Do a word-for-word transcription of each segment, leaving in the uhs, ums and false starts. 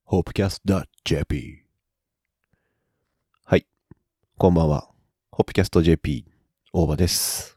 ホープキャスト ジェーピー。はい。こんばんは。ホープキャスト ジェーピー、大場です。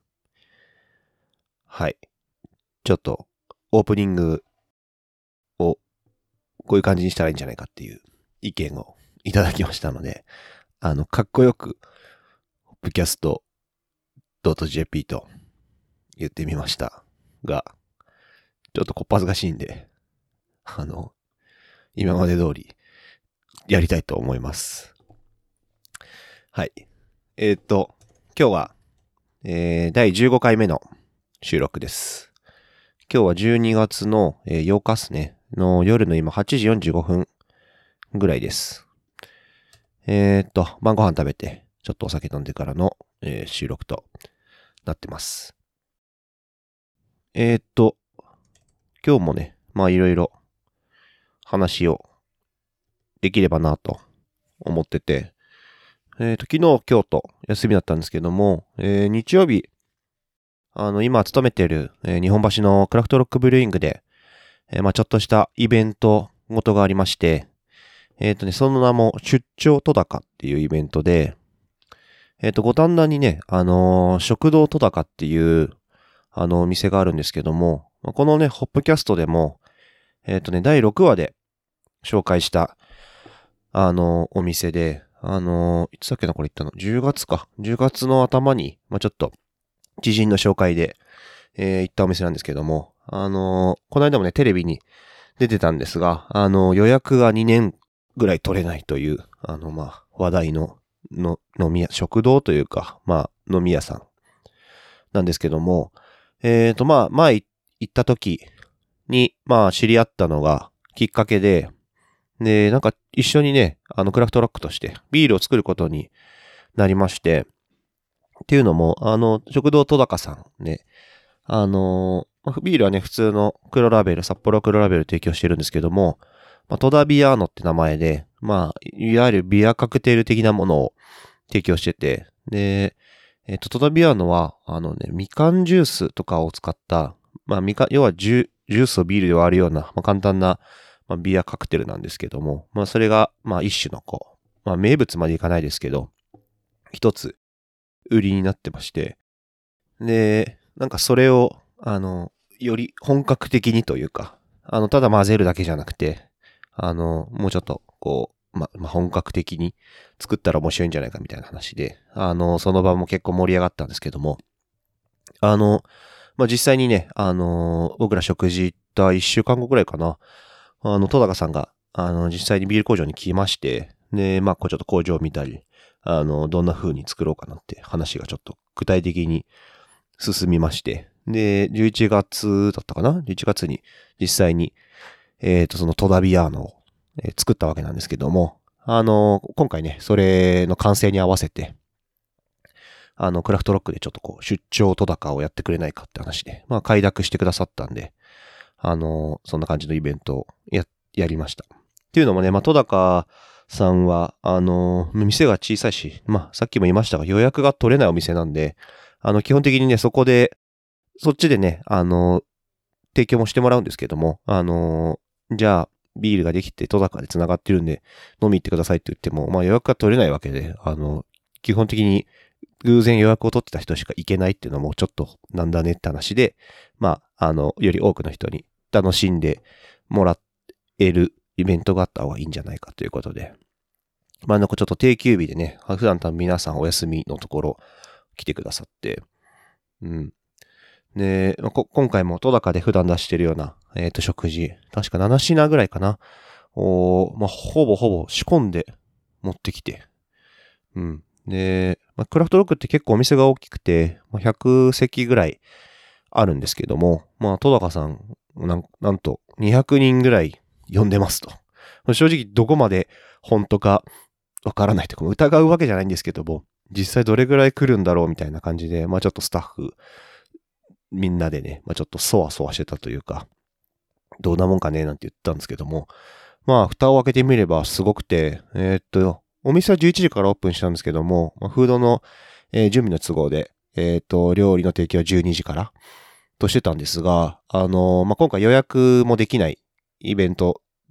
はい。ちょっと、オープニングをこういう感じにしたらいいんじゃないかっていう意見をいただきましたので、あの、かっこよく、ホープキャスト ジェーピー と言ってみましたが、ちょっとこっぱずかしいんで、あの、今まで通りやりたいと思います。はい。えー、っと、今日は、えー、だいじゅうごかいめの収録です。今日はじゅうにがつのようかっすね、の夜の今はちじよんじゅうごふんぐらいです。えー、っと、晩ご飯食べて、ちょっとお酒飲んでからの、えー、収録となってます。えー、っと、今日もね、まあいろいろ話をできればなと思ってて、えー、っと、昨日、今日と休みだったんですけども、えー、日曜日、あの、今勤めている、えー、日本橋のクラフトロックブルーイングで、えー、まあちょっとしたイベントごとがありまして、えっとね、その名も出張戸高っていうイベントで、えっと、五反田にね、あのー、食堂戸高っていう、あの、お店があるんですけども、このね、ホップキャストでも、えっとね、だいろくわで紹介した、あのー、お店で、あのー、いつだっけな、これ言ったの ?じゅうがつか。じゅうがつの頭に、まあちょっと、知人の紹介で、えー、行ったお店なんですけども、あのー、この間もね、テレビに出てたんですが、あのー、予約がにねんぐらい取れないという、あの、まあ、話題の、の、飲み屋、食堂というか、まあ、飲み屋さんなんですけども、えっと、まあ、前行った時に、まあ、知り合ったのがきっかけで、で、なんか一緒にね、あの、クラフトロックとしてビールを作ることになりまして、っていうのも、あの、食堂戸高さんね、あの、ビールはね、普通の黒ラベル、札幌黒ラベル提供してるんですけども、まあ、戸田ビアーノって名前で、まあ、いわゆるビアカクテル的なものを提供してて、で、えっと、戸田ビアーノは、あのね、みかんジュースとかを使った、まあ、みかん、要はジュジュースをビールで割るような、まあ、簡単な、まあ、ビアカクテルなんですけども、まあ、それが、まあ、一種のこう、まあ、名物までいかないですけど、一つ、売りになってまして、で、なんかそれを、あの、より本格的にというか、あの、ただ混ぜるだけじゃなくて、あの、もうちょっと、こう、ま、まあ、本格的に作ったら面白いんじゃないかみたいな話で、あの、その場も結構盛り上がったんですけども、あの、まあ、実際にね、あの、僕ら食事行った一週間後くらいかな、あの、戸高さんが、あの、実際にビール工場に来まして、で、まあ、こうちょっと工場を見たり、あの、どんな風に作ろうかなって話がちょっと具体的に進みまして、で、じゅういちがつだったかな ?じゅういちがつに実際に、えっと、その戸田ビアーノを、えー作ったわけなんですけども、あの、今回ね、それの完成に合わせて、あの、クラフトロックでちょっとこう、出張戸高をやってくれないかって話で、まあ、快諾してくださったんで、あの、そんな感じのイベントをや、やりました。っていうのもね、まあ、戸高さんは、あの、店が小さいし、まあ、さっきも言いましたが、予約が取れないお店なんで、あの、基本的にね、そこで、そっちでね、あの、提供もしてもらうんですけども、あの、じゃあ、ビールができて戸高で繋がってるんで、飲み行ってくださいって言っても、まあ予約が取れないわけで、あの、基本的に偶然予約を取ってた人しか行けないっていうのもちょっとなんだねって話で、まあ、あの、より多くの人に楽しんでもらえるイベントがあった方がいいんじゃないかということで、まあなんかちょっと定休日でね、普段多分皆さんお休みのところ来てくださって、うん。で、今回も戸高で普段出してるような、えっと、食事、確かなな品ぐらいかな。おまあ、ほぼほぼ仕込んで持ってきて。うん。で、まあ、クラフトロックって結構お店が大きくて、まあ、ひゃくせきぐらいあるんですけども、まあ、戸高さん、なん、なんとにひゃくにんぐらい呼んでますと。正直どこまで本当かわからないとか、疑うわけじゃないんですけども、実際どれぐらい来るんだろうみたいな感じで、まあちょっとスタッフ、みんなでね、まあちょっとそわそわしてたというか、どんなもんかねなんて言ったんですけども、まあ蓋を開けてみればすごくて、えー、っと、お店はじゅういちじからオープンしたんですけども、まあ、フードの、えー、準備の都合で、えー、っと、料理の提供はじゅうにじからとしてたんですが、あのー、まあ今回予約もできないイベント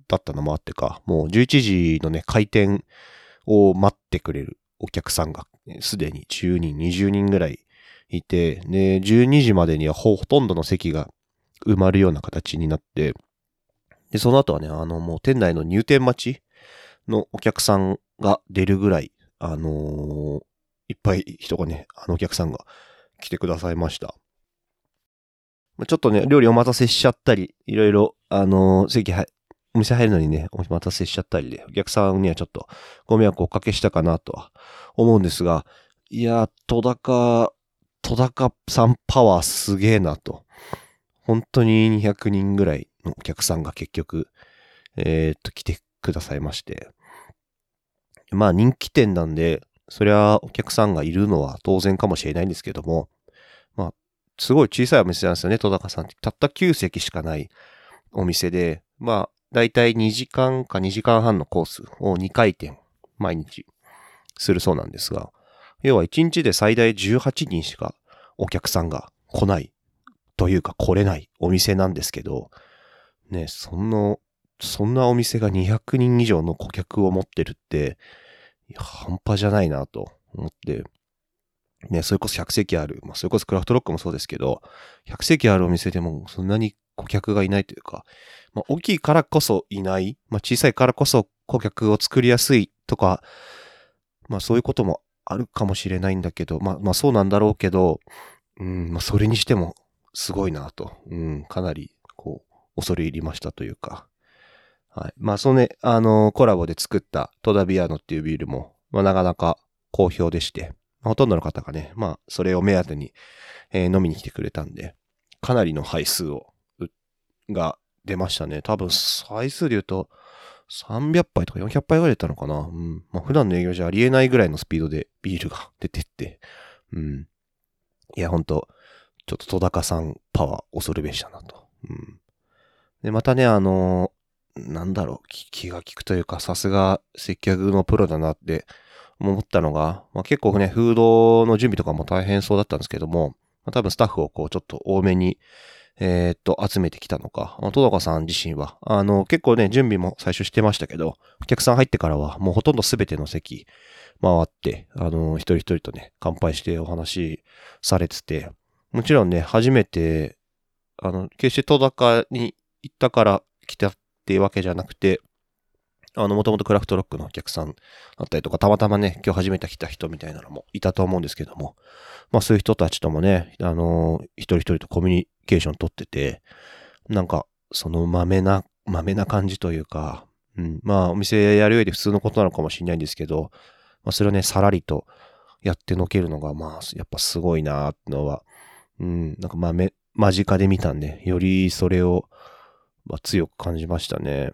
だったのもあってか、もうじゅういちじのね、開店を待ってくれるお客さんがすでにじゅうにん、にじゅうにんぐらいいて、で、じゅうにじまでにはほとんどの席が埋まるような形になって、で、その後はね、あの、もう店内の入店待ちのお客さんが出るぐらい、あのー、いっぱい人がね、あのお客さんが来てくださいました。ちょっとね、料理お待たせしちゃったり、いろいろ、あのー、席は、お店入るのにね、お待たせしちゃったりで、お客さんにはちょっとご迷惑をおかけしたかなとは思うんですが、いや、戸高、戸高さんパワーすげえなと。本当ににひゃくにんぐらいのお客さんが結局、えー、っと、来てくださいまして。まあ人気店なんで、そりゃお客さんがいるのは当然かもしれないんですけども、まあ、すごい小さいお店なんですよね、戸高さんって。たったきゅうせきしかないお店で、まあ、だいたいにじかんかにじかんはんのコースをにかい転毎日するそうなんですが、要はいちにちで最大じゅうはちにんしかお客さんが来ないというか来れないお店なんですけど、ね、その、そんなお店がにひゃくにん以上の顧客を持ってるって、半端じゃないなと思って、ね、それこそひゃくせきある、まあ、それこそクラフトロックもそうですけど、ひゃくせきあるお店でもそんなに顧客がいないというか、まあ、大きいからこそいない、まあ、小さいからこそ顧客を作りやすいとか、まあそういうこともあるかもしれないんだけど、まあまあそうなんだろうけど、うん、まあそれにしてもすごいなと、うん、かなりこう恐れ入りましたというか、はい。まあそのね、あのー、コラボで作ったトダビアーノっていうビールも、まあなかなか好評でして、ほとんどの方がね、まあそれを目当てに、えー飲みに来てくれたんで、かなりの杯数を、が出ましたね。多分、杯数で言うと、さんびゃっぱいとかよんひゃっぱいぐらい出たのかな。うん。まあ普段の営業じゃありえないぐらいのスピードでビールが出てって。うん。いや、ほんと、ちょっと戸高さんパワー恐るべしだなと。うん。で、またね、あのー、なんだろう、気が利くというか、さすが接客のプロだなって思ったのが、まあ、結構ね、フードの準備とかも大変そうだったんですけども、まあ、多分スタッフをこう、ちょっと多めに、えー、っと、集めてきたのか。戸高さん自身は、あの、結構ね、準備も最初してましたけど、お客さん入ってからは、もうほとんどすべての席回って、あの、一人一人とね、乾杯してお話しされてて、もちろんね、初めて、あの、決して戸高に行ったから来たっていうわけじゃなくて、あの、もともとクラフトロックのお客さんだったりとか、たまたまね、今日初めて来た人みたいなのもいたと思うんですけども、まあそういう人たちともね、あの、一人一人とコミュニケーション取ってて、なんか、その豆な、豆な感じというか、うん、まあお店やる上で普通のことなのかもしれないんですけど、まあそれをね、さらりとやってのけるのが、まあ、やっぱすごいなーってのは、うん、なんかまあめ、間近で見たんで、よりそれを、まあ、強く感じましたね。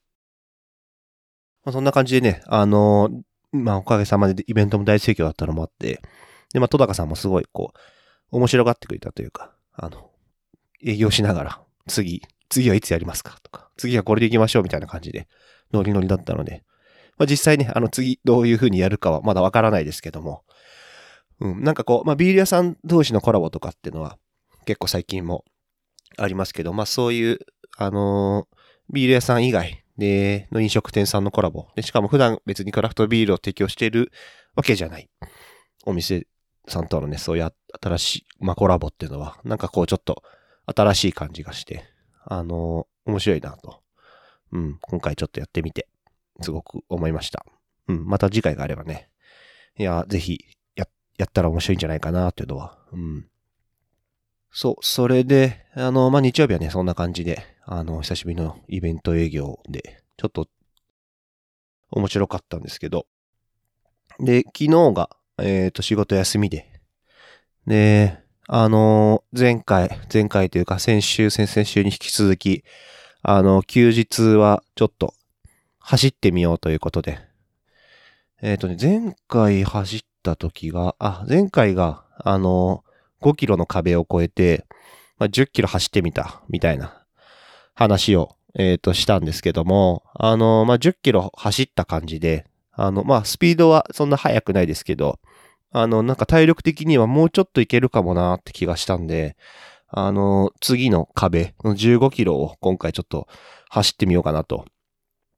まあ、そんな感じでね、あのーまあ、おかげさまでイベントも大盛況だったのもあって、で、まあ、戸高さんもすごい、こう、面白がってくれたというか、あの、営業しながら、次、次はいつやりますかとか、次はこれで行きましょうみたいな感じで、ノリノリだったので、まあ、実際ね、あの、次どういう風にやるかはまだわからないですけども、うん、なんかこう、まあ、ビール屋さん同士のコラボとかっていうのは、結構最近もありますけど、まあ、そういう、あのービール屋さん以外で、の飲食店さんのコラボ。で、しかも普段別にクラフトビールを提供しているわけじゃないお店さんとのね、そういう新しい、まあ、コラボっていうのは、なんかこうちょっと新しい感じがして、あのー面白いなと。うん、今回ちょっとやってみて、すごく思いました。うん、また次回があればね、いや、ぜひ、や、やったら面白いんじゃないかなっていうのは、うん。そう、それで、あの、まあ、日曜日はね、そんな感じで、あの、久しぶりのイベント営業で、ちょっと面白かったんですけど、で、昨日が、えっと、仕事休みで、で、あの、前回、前回というか、先週、先々週に引き続き、あの、休日はちょっと走ってみようということで、えっとね、前回走った時が、あ、前回が、あの、ごキロの壁を越えて、まあ、じゅっキロ走ってみた、みたいな話を、えっと、したんですけども、あの、まあ、じゅっキロ走った感じで、あの、まあ、スピードはそんな速くないですけど、あの、なんか体力的にはもうちょっといけるかもなーって気がしたんで、あの、次の壁のじゅうごキロを今回ちょっと走ってみようかなと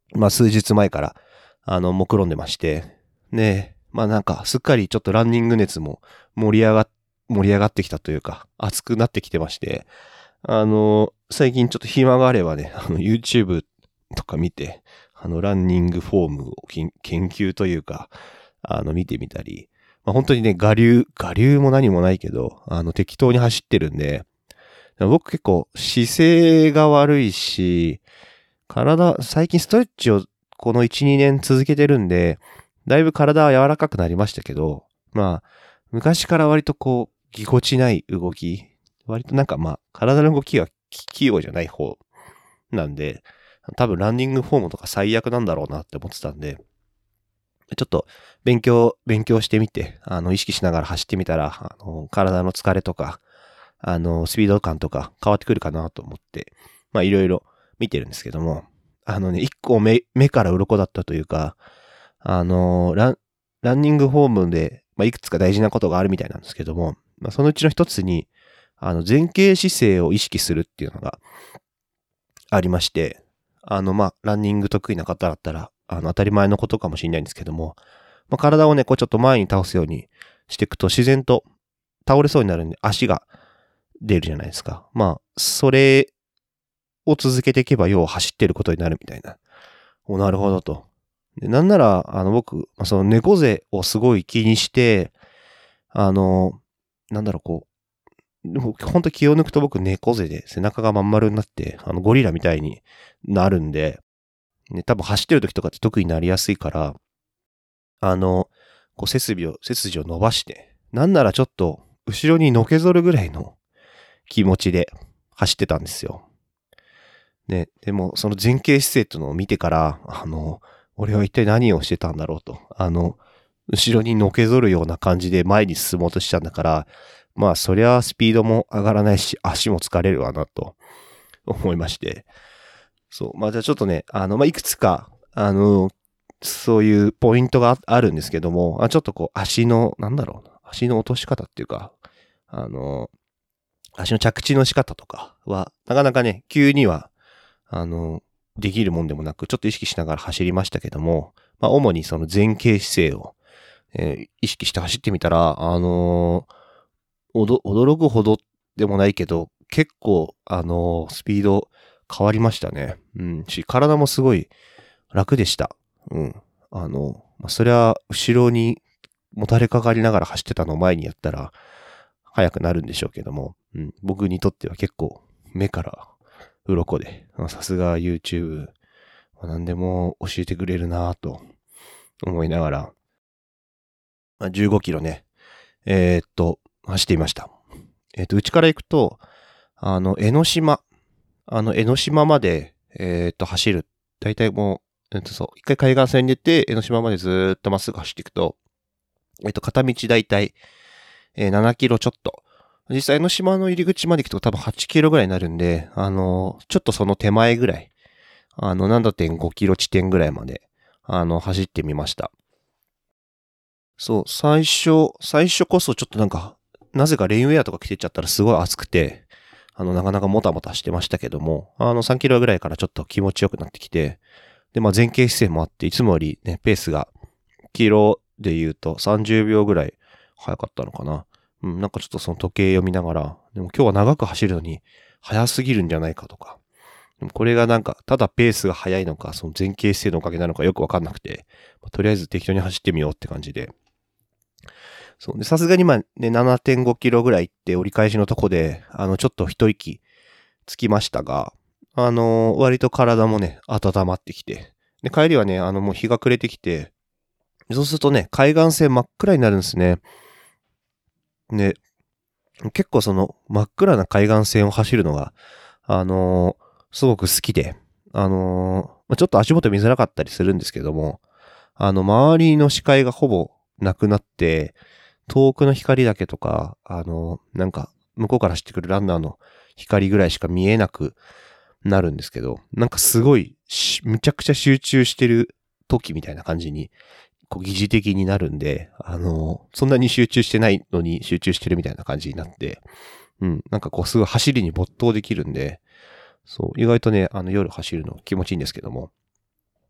まあ数日前から、あの、目論んでまして、ね、まあなんか、すっかりちょっとランニング熱も盛り上がっ、盛り上がってきたというか、熱くなってきてまして、あの、最近ちょっと暇があればね、あの、YouTube とか見て、あの、ランニングフォームを研究というか、あの、見てみたり、まあ、本当にね、我流、我流も何もないけど、あの、適当に走ってるんで、僕結構姿勢が悪いし、体、最近ストレッチをこのいち、にねん続けてるんで、だいぶ体は柔らかくなりましたけど、まあ、昔から割とこう、ぎこちない動き、割となんかまあ、体の動きが器用じゃない方なんで、多分ランニングフォームとか最悪なんだろうなって思ってたんで、ちょっと勉強、勉強してみて、あの、意識しながら走ってみたら、あの、体の疲れとか、あの、スピード感とか変わってくるかなと思って、まあいろいろ見てるんですけども、あのね、一個目、目から鱗だったというか、あの、ラン、ランニングフォームで、まあいくつか大事なことがあるみたいなんですけども、まあそのうちの一つに、あの、前傾姿勢を意識するっていうのがありまして、あの、まあ、ランニング得意な方だったら、あの、当たり前のことかもしれないんですけども、まあ、体をね、こうちょっと前に倒すようにしていくと自然と倒れそうになるんで足が出るじゃないですか。まあ、それを続けていけば要は走ってることになるみたいな。お、なるほどと。で、なんなら、あの、僕、その猫背をすごい気にして、あの、なんだろう、こう、でも本当気を抜くと僕猫背で背中がまん丸になって、あのゴリラみたいになるんで、ね、多分走ってる時とかって特になりやすいから、あの、こう背筋を、背筋を伸ばして、なんならちょっと後ろにのけぞるぐらいの気持ちで走ってたんですよ。ね、でもその前傾姿勢っていうのを見てから、あの、俺は一体何をしてたんだろうと。あの、後ろにのけぞるような感じで前に進もうとしたんだから、まあそりゃスピードも上がらないし足も疲れるわなと思いまして。そう。まあじゃあちょっとね、あの、まあいくつか、あの、そういうポイントがあるんですけども、あちょっとこう足の、なんだろうな、足の落とし方っていうか、あの、足の着地の仕方とかは、なかなかね、急には、あの、できるもんでもなく、ちょっと意識しながら走りましたけども、まあ主にその前傾姿勢を、えー、意識して走ってみたら、あのーおど、驚くほどでもないけど、結構、あのースピード変わりましたね。うん。し、体もすごい楽でした。うん。あの、まあ、そりゃ、後ろにもたれかかりながら走ってたのを前にやったら、速くなるんでしょうけども、うん。僕にとっては結構、目から鱗で、さすが YouTube、何でも教えてくれるなぁと思いながら、まあ、じゅうごキロね、えー、っと、走っていました。えー、っと、うちから行くと、あの、江ノ島、あの、江ノ島まで、えー、っと、走る。だいたいもう、えっと、そう、一回海岸線に出て、江ノ島までずーっとまっすぐ走っていくと、えっと、片道だいたい、えー、ななキロちょっと。実際江ノ島の入り口まで行くと多分はちキロぐらいになるんで、あの、ちょっとその手前ぐらい、あの、ななてんごキロ地点ぐらいまで、あの、走ってみました。そう、最初、最初こそちょっとなんか、なぜかレインウェアとか着てっちゃったらすごい暑くて、あの、なかなかもたもたしてましたけども、あの、さんキロぐらいからちょっと気持ちよくなってきて、で、まあ前傾姿勢もあって、いつもよりね、ペースが、キロで言うとさんじゅうびょうぐらい早かったのかな。うん、なんかちょっとその時計読みながら、でも今日は長く走るのに早すぎるんじゃないかとか、でもこれがなんか、ただペースが速いのか、その前傾姿勢のおかげなのかよくわかんなくて、まあとりあえず適当に走ってみようって感じで、そう。で、さすがにまあね、ななてんごキロぐらい行って折り返しのとこで、あの、ちょっと一息つきましたが、あのー割と体もね、温まってきて。で、帰りはね、あの、もう日が暮れてきて、そうするとね、海岸線真っ暗になるんですね。で、結構その真っ暗な海岸線を走るのが、あのーすごく好きで、あのーちょっと足元見づらかったりするんですけども、あの、周りの視界がほぼなくなって、遠くの光だけとか、あの、なんか、向こうから走ってくるランナーの光ぐらいしか見えなくなるんですけど、なんかすごい、むちゃくちゃ集中してる時みたいな感じに、こう疑似的になるんで、あの、そんなに集中してないのに集中してるみたいな感じになって、うん、なんかこうすごい走りに没頭できるんで、そう、意外とね、あの夜走るの気持ちいいんですけども、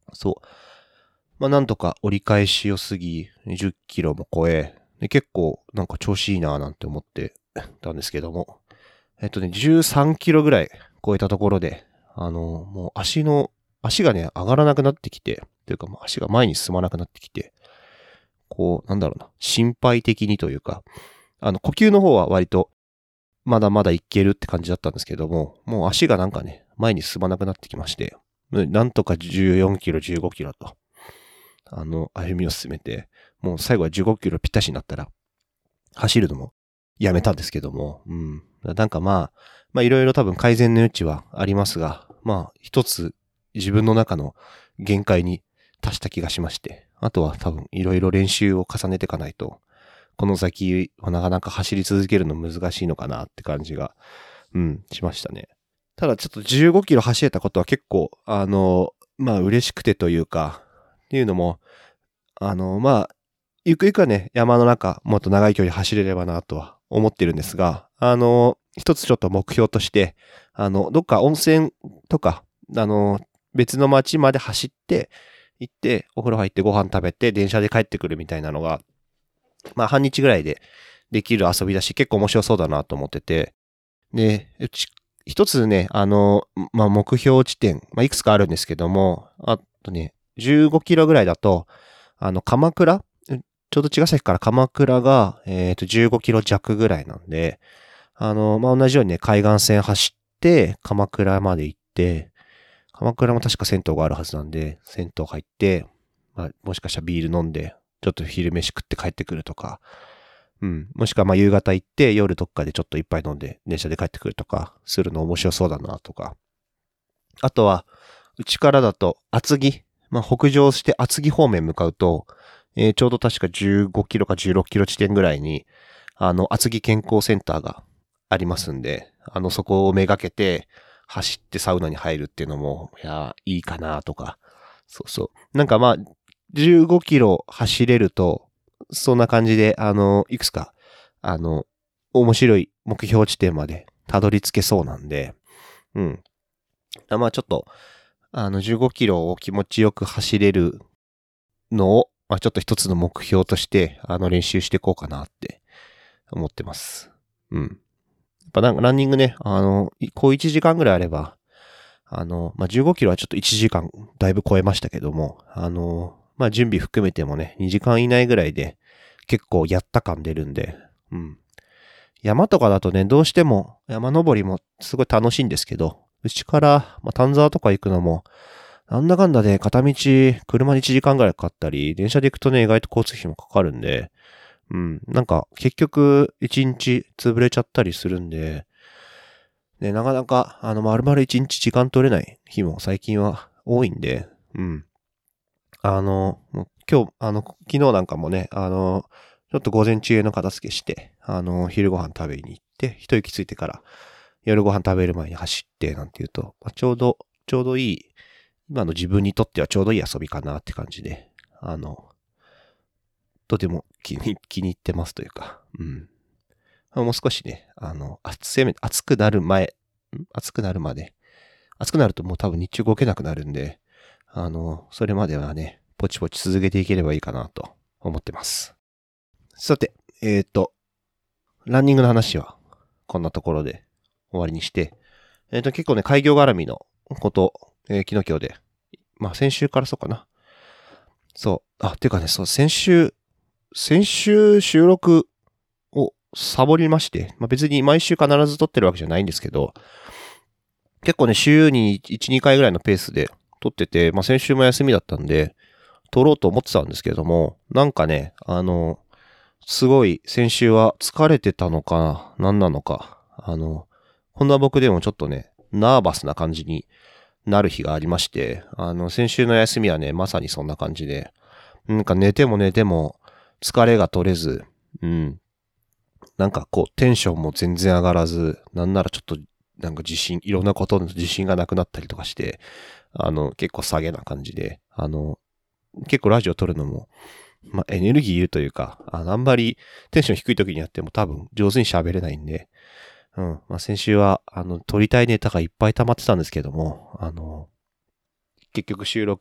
そう。まあなんとか折り返しを過ぎ、じゅっキロも超え、で結構なんか調子いいなぁなんて思ってたんですけども、えっとね、じゅうさんキロぐらい超えたところで、あの、もう足の、足がね、上がらなくなってきて、というかもう足が前に進まなくなってきて、こう、なんだろうな、心配的にというか、あの、呼吸の方は割と、まだまだいけるって感じだったんですけども、もう足がなんかね、前に進まなくなってきまして、なんとかじゅうよんキロ、じゅうごキロと、あの、歩みを進めて、もう最後はじゅうごキロぴったしになったら、走るのもやめたんですけども、うん。なんかまあ、まあいろいろ多分改善の余地はありますが、まあ一つ自分の中の限界に達した気がしまして、あとは多分いろいろ練習を重ねていかないと、この先はなかなか走り続けるの難しいのかなって感じが、うん、しましたね。ただちょっとじゅうごキロ走れたことは結構、あの、まあ嬉しくてというか、っていうのも、あの、まあ、ゆくゆくはね、山の中、もっと長い距離走れればなとは思ってるんですが、あの、一つちょっと目標として、あの、どっか温泉とか、あの、別の街まで走って、行って、お風呂入ってご飯食べて、電車で帰ってくるみたいなのが、まあ半日ぐらいでできる遊びだし、結構面白そうだなと思ってて、で、うち、一つね、あの、まあ目標地点、まあいくつかあるんですけども、あとね、じゅうごキロぐらいだと、あの、鎌倉ちょうど茅ヶ崎から鎌倉が、えっと、じゅうごキロ弱ぐらいなんで、あの、まあ、同じようにね、海岸線走って、鎌倉まで行って、鎌倉も確か銭湯があるはずなんで、銭湯入って、まあ、もしかしたらビール飲んで、ちょっと昼飯食って帰ってくるとか、うん。もしくはまあ夕方行って、夜どっかでちょっと一杯飲んで、電車で帰ってくるとか、するの面白そうだなとか。あとは、うちからだと、厚木。まあ、北上して厚木方面向かうと、えーちょうど確かじゅうごキロかじゅうろっキロ地点ぐらいに、あの、厚木健康センターがありますんで、あの、そこをめがけて、走ってサウナに入るっていうのも、いや、いいかなとか。そうそう。なんかまあ、じゅうごキロ走れると、そんな感じで、あの、いくつか、あの、面白い目標地点までたどり着けそうなんで、うん。まあちょっと、あの、じゅうごキロを気持ちよく走れるのを、まあちょっと一つの目標として、あの、練習していこうかなって思ってます。うん。やっぱなんかランニングね、あの、こういちじかんぐらいあれば、あの、まあじゅうごキロはちょっといちじかんだいぶ超えましたけども、あの、まあ準備含めてもね、にじかん以内ぐらいで結構やった感出るんで、うん。山とかだとね、どうしても山登りもすごい楽しいんですけど、うちから、まあ、丹沢とか行くのも、なんだかんだで片道、車でいちじかんぐらいかかったり、電車で行くとね、意外と交通費もかかるんで、うん、なんか結局いちにち潰れちゃったりするんで、ね、なかなか、あの、丸々いちにち時間取れない日も最近は多いんで、うん。あの、今日、あの、昨日なんかもね、あの、ちょっと午前中の片付けして、あの、昼ご飯食べに行って、一息ついてから夜ご飯食べる前に走ってなんていうと、まあ、ちょうど、ちょうどいい、今の自分にとってはちょうどいい遊びかなって感じで、あの、とても気に気に入ってますというか、うん。もう少しね、あの、暑め、暑くなる前、ん暑くなるまで、暑くなるともう多分日中動けなくなるんで、あの、それまではね、ポチポチ続けていければいいかなと思ってます。さて、えっと、ランニングの話はこんなところで終わりにして、えっと、結構ね、開業絡みのこと、えー昨日今日で、まあ先週からそうかな。そう。あ、ていうかね、そう、先週、先週収録をサボりまして、まあ別に毎週必ず撮ってるわけじゃないんですけど、結構ね、週にいち、にかいぐらいのペースで撮ってて、まあ先週も休みだったんで、撮ろうと思ってたんですけども、なんかね、あの、すごい先週は疲れてたのかな、何なのか、あの、こんな僕でもちょっとね、ナーバスな感じになる日がありまして、あの、先週の休みはね、まさにそんな感じで、なんか寝ても寝ても疲れが取れず、うん。なんかこう、テンションも全然上がらず、なんならちょっと、なんか自信、いろんなことの自信がなくなったりとかして、あの、結構下げな感じで、あの、結構ラジオ撮るのも、まあ、エネルギーいるというか、あの、あんまりテンション低い時にやっても多分上手に喋れないんで、うん。まあ、先週は、あの、撮りたいネタがいっぱい溜まってたんですけども、あの、結局収録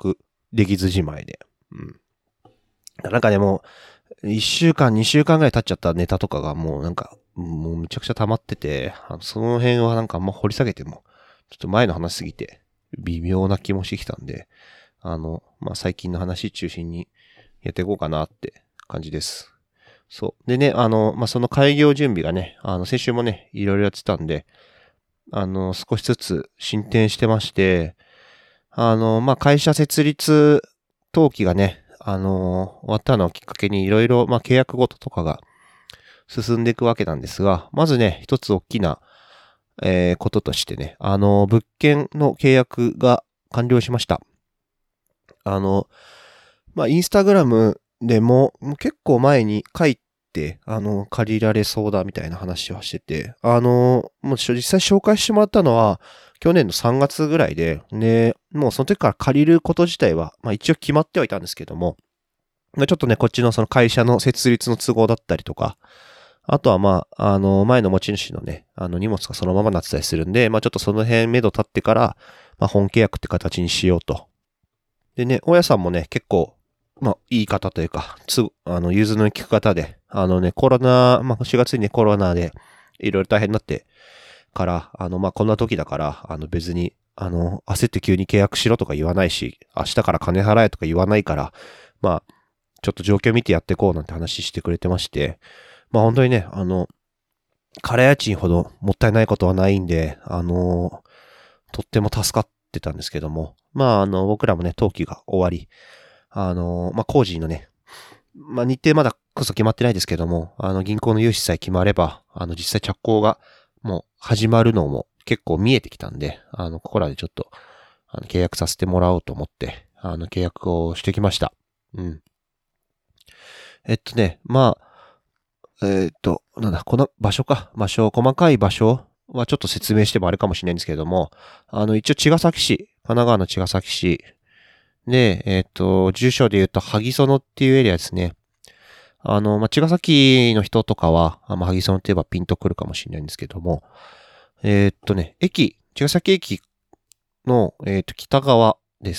できずじまいで。うん。なんかね、もう、一週間、二週間ぐらい経っちゃったネタとかがもうなんか、もうむちゃくちゃ溜まってて、あのその辺はなんかあんま掘り下げても、ちょっと前の話すぎて、微妙な気もしてきたんで、あの、まあ、最近の話中心にやっていこうかなって感じです。そう。でね、あの、まあ、その開業準備がね、あの、先週もね、いろいろやってたんで、あの、少しずつ進展してまして、あの、まあ、会社設立登記がね、あの、終わったのをきっかけにいろいろ、まあ、契約ごととかが進んでいくわけなんですが、まずね、一つ大きな、えー、こととしてね、あの、物件の契約が完了しました。あの、まあ、インスタグラムでも結構前に書いて、あの、借りられそうだみたいな話をしてて、あの、もう実際紹介してもらったのは、去年のさんがつぐらいで、で、もうその時から借りること自体は、まあ一応決まってはいたんですけども、ちょっとね、こっちのその会社の設立の都合だったりとか、あとはまあ、あの、前の持ち主のね、あの荷物がそのままになってたりするんで、まあちょっとその辺目処立ってから、まあ本契約って形にしようと。でね、大家さんもね、結構、まあ、いい方というか、つ、あの、融通の利く方で、あのね、コロナ、まあ、しがつにね、コロナで、いろいろ大変になってから、あの、まあ、こんな時だから、あの、別に、あの、焦って急に契約しろとか言わないし、明日から金払えとか言わないから、まあ、ちょっと状況見てやっていこうなんて話してくれてまして、まあ、本当にね、あの、空家賃ほどもったいないことはないんで、あの、とっても助かってたんですけども、まあ、あの、僕らもね、登記が終わり、あの、まあ、工事のね、まあ、日程まだこそ決まってないですけども、あの、銀行の融資さえ決まれば、あの、実際着工がもう始まるのも結構見えてきたんで、あの、ここらでちょっと、あの、契約させてもらおうと思って、あの、契約をしてきました。うん。えっとね、まあ、えーっと、なんだ、この場所か。場所、細かい場所はちょっと説明してもあれかもしれないんですけれども、あの、一応茅ヶ崎市、神奈川の茅ヶ崎市で、えっと、住所で言うと、萩園っていうエリアですね。あの、まあ、茅ヶ崎の人とかは、あまあ、萩園って言えばピンとくるかもしれないんですけども、えーっとね、駅、茅ヶ崎駅の、えーっと、北側です。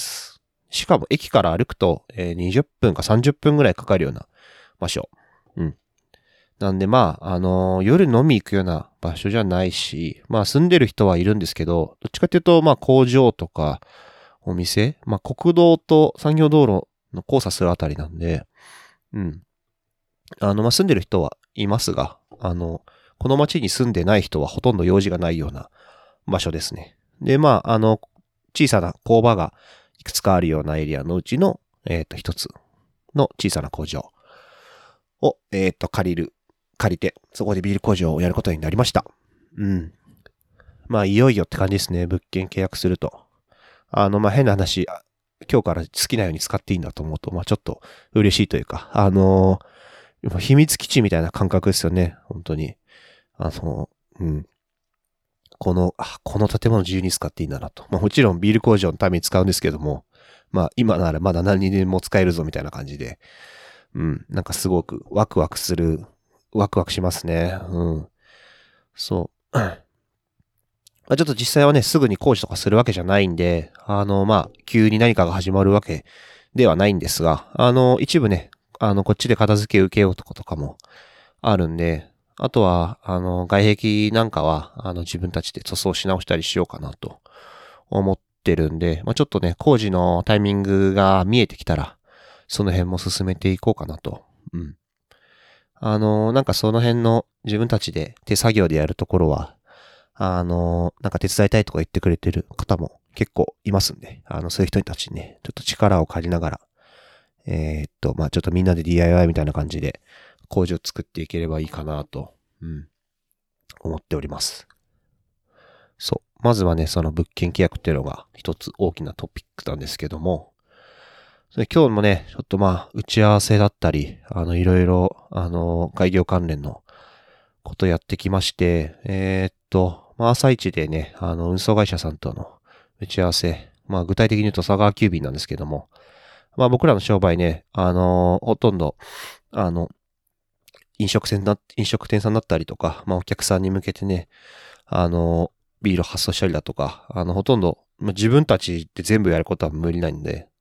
しかも駅から歩くと、えー、にじゅっぷんかさんじゅっぷんぐらいかかるような場所。うん。なんでまあ、あのー夜飲み行くような場所じゃないし、まあ住んでる人はいるんですけど、どっちかっていうと、まあ工場とかお店、まあ国道と産業道路の交差するあたりなんで、うん。あの、まあ住んでる人はいますが、あの、この町に住んでない人はほとんど用事がないような場所ですね。で、まあ、あの、小さな工場がいくつかあるようなエリアのうちの、えっと、一つの小さな工場を、えっと、借りる、借りて、そこでビール工場をやることになりました。うん。まあ、いよいよって感じですね。物件契約すると。あの、まあ、変な話、今日から好きなように使っていいんだと思うと、まあ、ちょっと嬉しいというか、あのー、秘密基地みたいな感覚ですよね。本当に。あの、うん。この、あ、この建物自由に使っていいんだなと。まあもちろんビール工場のために使うんですけども、まあ今ならまだ何にでも使えるぞみたいな感じで、うん。なんかすごくワクワクする、ワクワクしますね。うん。そう。まあちょっと実際はね、すぐに工事とかするわけじゃないんで、あの、まあ、急に何かが始まるわけではないんですが、あの、一部ね、あの、こっちで片付け受けようとかとかもあるんで、あとは、あの、外壁なんかは、あの、自分たちで塗装し直したりしようかなと思ってるんで、まあ、ちょっとね、工事のタイミングが見えてきたら、その辺も進めていこうかなと。うん。あの、なんかその辺の自分たちで手作業でやるところは、あの、なんか手伝いたいとか言ってくれてる方も結構いますんで、あの、そういう人たちにね、ちょっと力を借りながら、えー、っと、まあ、ちょっとみんなで ディーアイワイ みたいな感じで工事を作っていければいいかなと、うん、思っております。そう。まずはね、その物件契約っていうのが一つ大きなトピックなんですけども、それ今日もね、ちょっとまあ、打ち合わせだったり、あの、いろいろ、あの、開業関連のことやってきまして、えー、っと、まあ、朝一でね、あの、運送会社さんとの打ち合わせ、まあ、具体的に言うと佐川急便なんですけども、まあ、僕らの商売ね、あの、ほとんど、あの、飲食店だ、飲食店さんだったりとか、まあ、お客さんに向けてね、あの、ビールを発送したりだとか、あの、ほとんど、まあ、自分たちで全部やることは無理ないんで、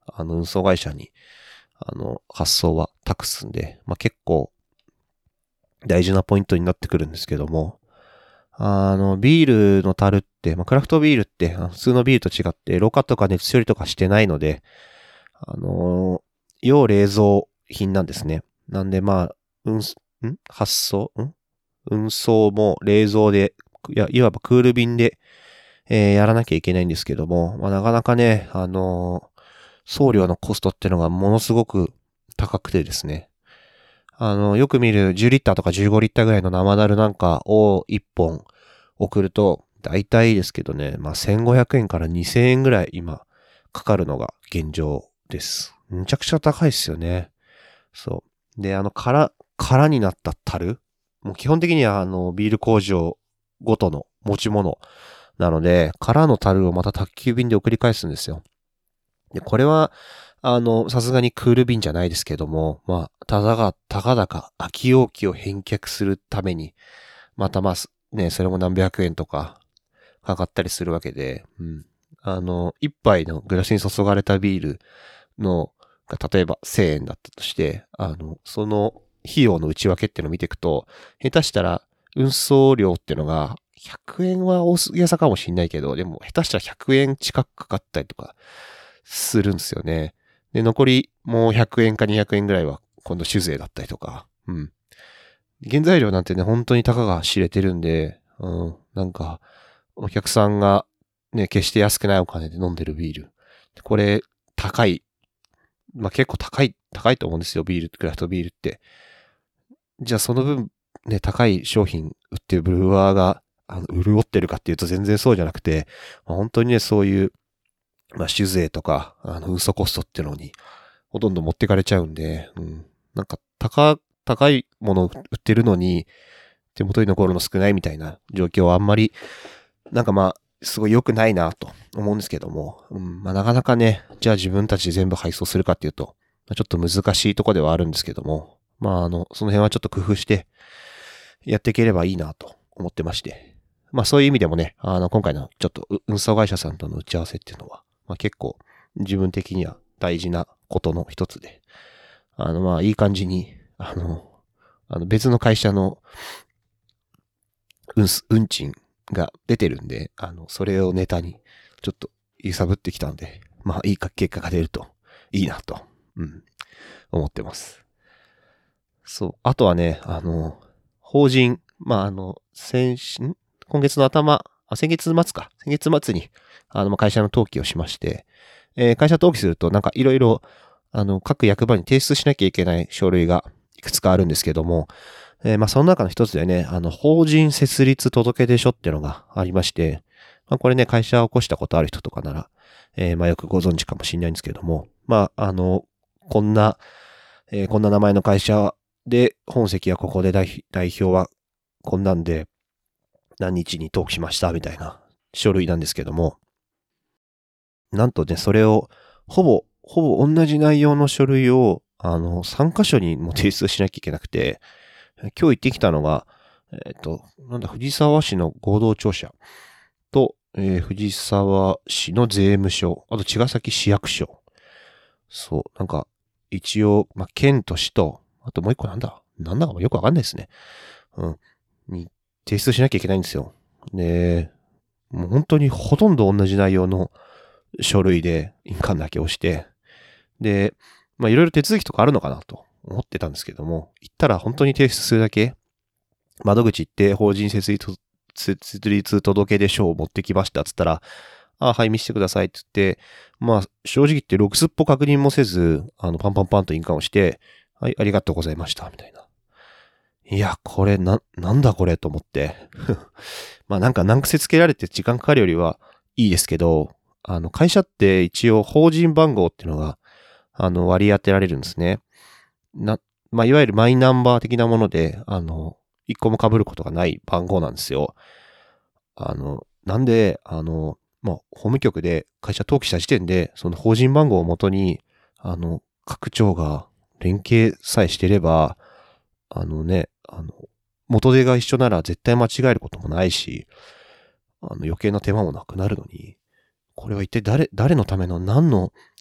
あの、運送会社に、あの、発送は託すんで、まあ、結構、大事なポイントになってくるんですけども、あの、ビールの樽って、まあ、クラフトビールって、普通のビールと違って、ろ過とか熱処理とかしてないので、あの、要冷蔵品なんですね。なんで、まあ、うん、ん発送ん運送も冷蔵で、いや、いわばクール便で、えー、やらなきゃいけないんですけども、まあ、なかなかね、あのー送料のコストってのがものすごく高くてですね。あの、よく見るじゅうリッターとかじゅうごリッターぐらいの生ダルなんかをいっぽん送ると、だいたいですけどね、まあ、せんごひゃくえんからにせんえんぐらい今かかるのが現状です。むちゃくちゃ高いですよね。そう。で、あの、空、空になった樽もう基本的にはあの、ビール工場ごとの持ち物なので、空の樽をまた宅急便で送り返すんですよ。で、これは、あの、さすがにクール便じゃないですけども、まあ、ただが、たかだか空き容器を返却するために、またまあ、ね、それも何百円とかかかったりするわけで、うん。あの、一杯のグラスに注がれたビールの、が例えばせんえんだったとして、あの、その費用の内訳っていうのを見ていくと、下手したら運送料っていうのがひゃくえんは大げさかもしれないけど、でも下手したらひゃくえん近くかかったりとかするんですよね。で、残りもうひゃくえんかにひゃくえんぐらいは今度酒税だったりとか、うん。原材料なんてね、本当に高が知れてるんで、うん、なんか、お客さんがね、決して安くないお金で飲んでるビール。これ、高い。まあ、結構高い、高いと思うんですよ、ビール、クラフトビールって。じゃあその分、ね、高い商品売ってるブルワーが、あの、潤ってるかっていうと全然そうじゃなくて、まあ、本当にね、そういう、まあ、酒税とか、あの、運送コストっていうのに、ほとんど持ってかれちゃうんで、うん。なんか、高、高いものを売ってるのに、手元に残るの少ないみたいな状況はあんまり、なんかまあ、すごい良くないなと思うんですけども、うん、まあなかなかね、じゃあ自分たちで全部配送するかっていうと、まあ、ちょっと難しいとこではあるんですけども、まああの、その辺はちょっと工夫してやっていければいいなと思ってまして、まあそういう意味でもね、あの、今回のちょっと運送会社さんとの打ち合わせっていうのは、まあ結構自分的には大事なことの一つで、あのまあいい感じに、あの、あの別の会社の運、運賃が出てるんで、あの、それをネタに、ちょっと揺さぶってきたんで、まあ、いいか結果が出るといいなと、うん、思ってます。そう。あとはね、あの、法人、まあ、あの、先、ん今月の頭、あ、先月末か。先月末に、あの、会社の登記をしまして、えー、会社登記すると、なんかいろいろ、あの、各役場に提出しなきゃいけない書類がいくつかあるんですけども、えー、まあ、その中の一つでね、あの、法人設立届出書っていうのがありまして、まあ、これね、会社を起こしたことある人とかなら、えー、まあ、よくご存知かもしれないんですけども、まあ、あの、こんな、えー、こんな名前の会社で、本籍はここで代、代表はこんなんで、何日に登記しました、みたいな書類なんですけども、なんとね、それを、ほぼ、ほぼ同じ内容の書類を、あの、さん箇所にも提出しなきゃいけなくて、今日行ってきたのが、えっと、なんだ、藤沢市の合同庁舎と、えー、藤沢市の税務署、あと茅ヶ崎市役所。そう、なんか、一応、まあ、県と市と、あともう一個なんだなんだかもよくわかんないですね。うん。に提出しなきゃいけないんですよ。で、もう本当にほとんど同じ内容の書類で印鑑だけ押して、で、まあいろいろ手続きとかあるのかなと思ってたんですけども、行ったら本当に提出するだけ、窓口行って法人設立、設立届出書を持ってきましたっつったら、あ、はい、見せてくださいって言って、まあ正直言ってろくすっぽ確認もせず、あのパンパンパンと印鑑をして、はい、ありがとうございました、みたいな。いや、これな、なんだこれと思って。まあなんか難癖つけられて時間かかるよりはいいですけど、あの会社って一応法人番号っていうのが、あの割り当てられるんですね。な、まあいわゆるマイナンバー的なもので、あの、一個も被ることがない番号なんですよ。あの、なんで、あの、まあ法務局で会社登記した時点で、その法人番号をもとに、あの、各庁が連携さえしてれば、あのね、あの、元手が一緒なら絶対間違えることもないし、あの余計な手間もなくなるのに、これは一体誰、誰のための何の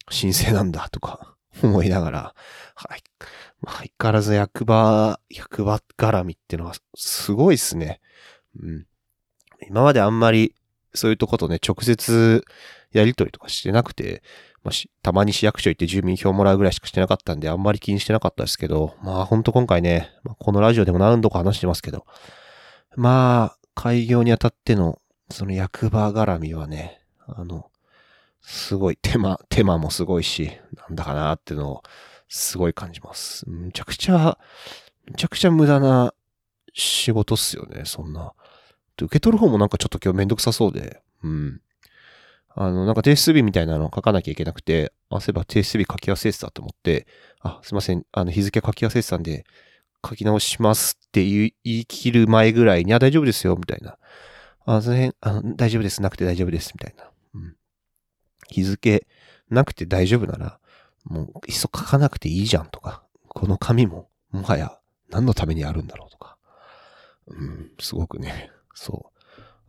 申請なんだとか思いながら、はい。相変わらず役場、役場絡みってのはすごいですね。うん。今まであんまりそういうとことね、直接やりとりとかしてなくて、まあ、たまに市役所行って住民票もらうぐらいしかしてなかったんで、あんまり気にしてなかったですけど、まあほんと今回ね、まあ、このラジオでも何度か話してますけど、まあ、開業にあたっての、その役場絡みはね、あの、すごい手間、手間もすごいし、なんだかなっていうのを、すごい感じます。むちゃくちゃ、むちゃくちゃ無駄な仕事っすよね、そんな。受け取る方もなんかちょっと今日めんどくさそうで、うん。あの、なんか提出日みたいなの書かなきゃいけなくて、あ、そういえば提出日書き忘れてたと思って、あ、すいません、あの日付書き忘れてたんで、書き直しますって言い、言い切る前ぐらいに、あ、大丈夫ですよ、みたいな。あ、その辺、あの、大丈夫です、なくて大丈夫です、みたいな。うん。日付なくて大丈夫なら、もう、いっそ書かなくていいじゃんとか、この紙も、もはや何のためにあるんだろうとか。うん、すごくね、そう。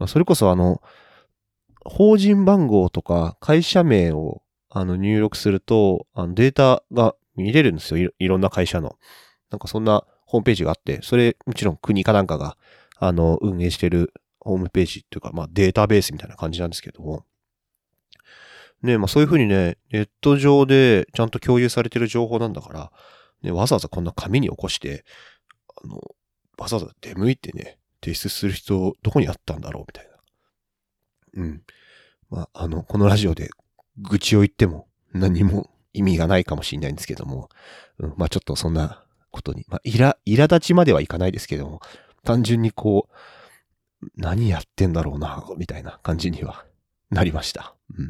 それこそあの、法人番号とか会社名をあの入力すると、あのデータが見れるんですよ。いろんな会社の。なんかそんなホームページがあって、それもちろん国かなんかがあの運営してるホームページっていうか、まあデータベースみたいな感じなんですけども。ね、まあそういうふうにね、ネット上でちゃんと共有されてる情報なんだから、ね、わざわざこんな紙に起こして、あの、わざわざ出向いてね、提出する人どこにあったんだろうみたいな。うん。まあ、あの、このラジオで愚痴を言っても何も意味がないかもしれないんですけども、うん、まあちょっとそんなことに、まあ、いら、苛立ちまではいかないですけども、単純にこう、何やってんだろうな、みたいな感じにはなりました。うん。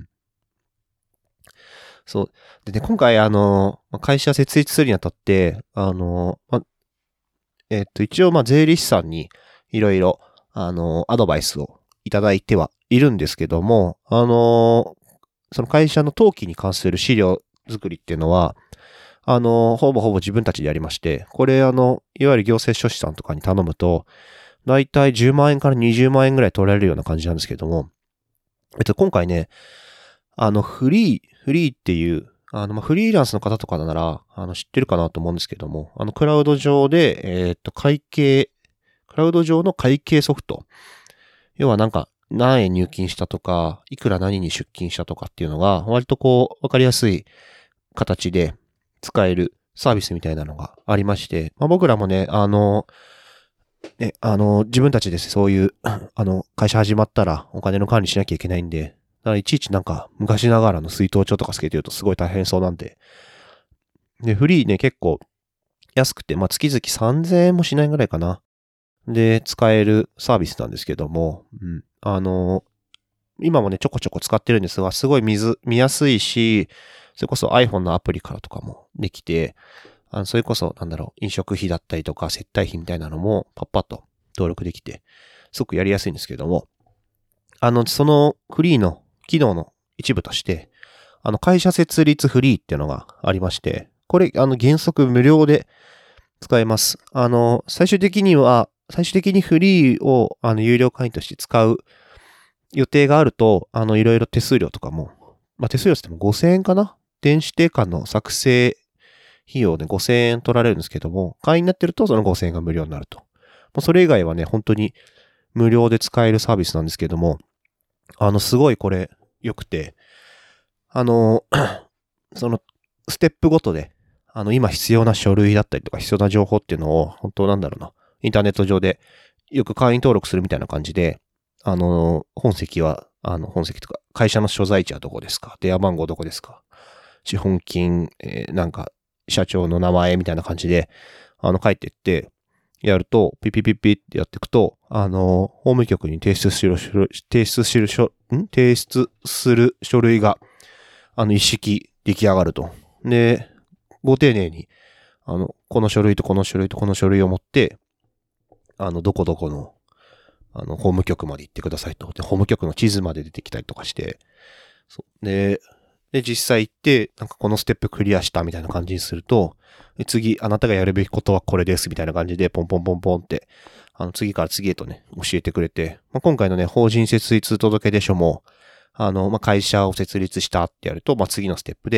そう。でね、今回あの、会社設立するにあたって、あの、ま、えっと、一応ま、税理士さんにいろいろ、あの、アドバイスをいただいてはいるんですけども、あの、その会社の登記に関する資料作りっていうのは、あの、ほぼほぼ自分たちでやりまして、これあの、いわゆる行政書士さんとかに頼むと、だいたいじゅうまんえんからにじゅうまんえんぐらい取られるような感じなんですけども、えっと、今回ね、あの、フリー、フリーっていう、あの、まあ、フリーランスの方とかなら、あの、知ってるかなと思うんですけども、あの、クラウド上で、えっと、会計、クラウド上の会計ソフト。要はなんか、何円入金したとか、いくら何に出金したとかっていうのが、割とこう、わかりやすい形で使えるサービスみたいなのがありまして、まあ、僕らもね、あの、ね、あの、自分たちでそういう、あの、会社始まったらお金の管理しなきゃいけないんで、だからいちいちなんか昔ながらの水筒帳とかつけてるとすごい大変そうなんで。で、フリーね、結構安くて、まあ、月々さんぜんえんもしないぐらいかな。で、使えるサービスなんですけども、うん。あの、今もね、ちょこちょこ使ってるんですが、すごい見ず、見やすいし、それこそ iPhone のアプリからとかもできて、あのそれこそ、なんだろう、飲食費だったりとか、接待費みたいなのもパッパッと登録できて、すごくやりやすいんですけども、あの、そのフリーの機能の一部として、あの、会社設立フリーっていうのがありまして、これ、あの、原則無料で使えます。あの、最終的には、最終的にフリーを、あの、有料会員として使う予定があると、あの、いろいろ手数料とかも、まあ、手数料って言ってもごせんえんかな？電子定款の作成費用でごせんえん取られるんですけども、会員になってるとそのごせんえんが無料になると。もうそれ以外はね、本当に無料で使えるサービスなんですけども、あの、すごいこれ良くて、あの、その、ステップごとで、あの、今必要な書類だったりとか必要な情報っていうのを、本当なんだろうな、インターネット上でよく会員登録するみたいな感じで、あの、本籍は、あの、本籍とか、会社の所在地はどこですか？電話番号どこですか？資本金、えー、なんか、社長の名前みたいな感じで、あの、書いてって、やると、ピピピピってやっていくと、あの、法務局に提出する、提出する書、ん提出する書類が、あの、一式出来上がると。で、ご丁寧に、あの、この書類とこの書類とこの書類を持って、あの、どこどこの、あの、法務局まで行ってくださいと。で、法務局の地図まで出てきたりとかして、そうで、で、実際行って、なんかこのステップクリアしたみたいな感じにすると、次、あなたがやるべきことはこれですみたいな感じで、ポンポンポンポンって、あの、次から次へとね、教えてくれて、まあ、今回のね、法人設立届出書も、あの、まあ、会社を設立したってやると、まあ、次のステップで、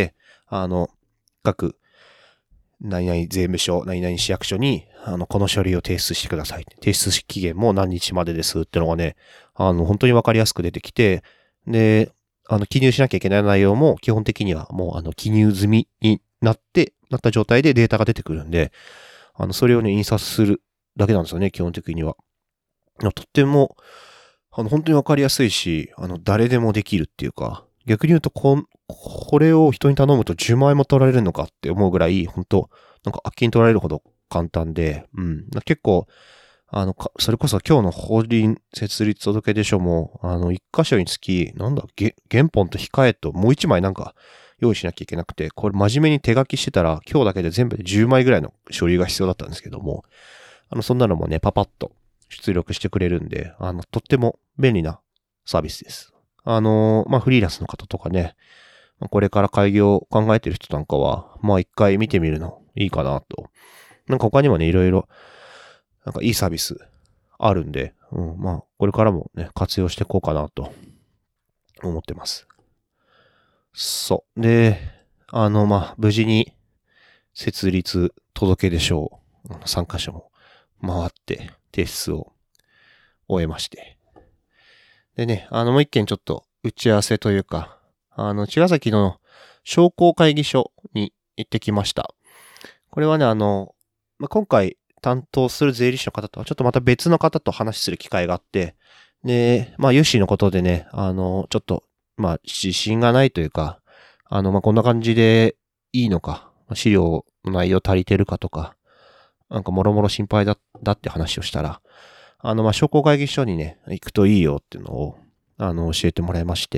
あの、各、何々税務署、何々市役所に、あの、この書類を提出してください。提出期限も何日までですってのがね、あの、本当にわかりやすく出てきて、で、あの、記入しなきゃいけない内容も基本的にはもう、あの、記入済みになって、なった状態でデータが出てくるんで、あの、それをね、印刷するだけなんですよね、基本的には。とっても、あの、本当にわかりやすいし、あの、誰でもできるっていうか、逆に言うと、こん、これを人に頼むとじゅうまんえんも取られるのかって思うぐらい、本当なんか、あっきに取られるほど簡単で、うん。結構、あの、それこそ今日の法人設立届出書も、あの、一箇所につき、なんだ、原本と控えともう一枚なんか用意しなきゃいけなくて、これ真面目に手書きしてたら、今日だけで全部でじゅうまいぐらいの書類が必要だったんですけども、あの、そんなのもね、パパッと出力してくれるんで、あの、とっても便利なサービスです。あの、まあ、フリーランスの方とかね、これから開業を考えてる人なんかは、まあ一回見てみるのいいかなと。なんか他にもね、いろいろ、なんかいいサービスあるんで、うん、まあこれからもね、活用していこうかなと思ってます。そう。で、あの、まあ無事に設立届出書をさんかしょも回って提出を終えまして。でね、あのもう一件ちょっと打ち合わせというか、あの、茅ヶ崎の商工会議所に行ってきました。これはね、あの、まあ、今回担当する税理士の方とはちょっとまた別の方と話する機会があって、で、まあ、融資のことでね、あの、ちょっと、まあ、自信がないというか、あの、まあ、こんな感じでいいのか、資料の内容足りてるかとか、なんかもろもろ心配だ、だって話をしたら、あの、まあ、商工会議所にね、行くといいよっていうのを、あの、教えてもらいまして、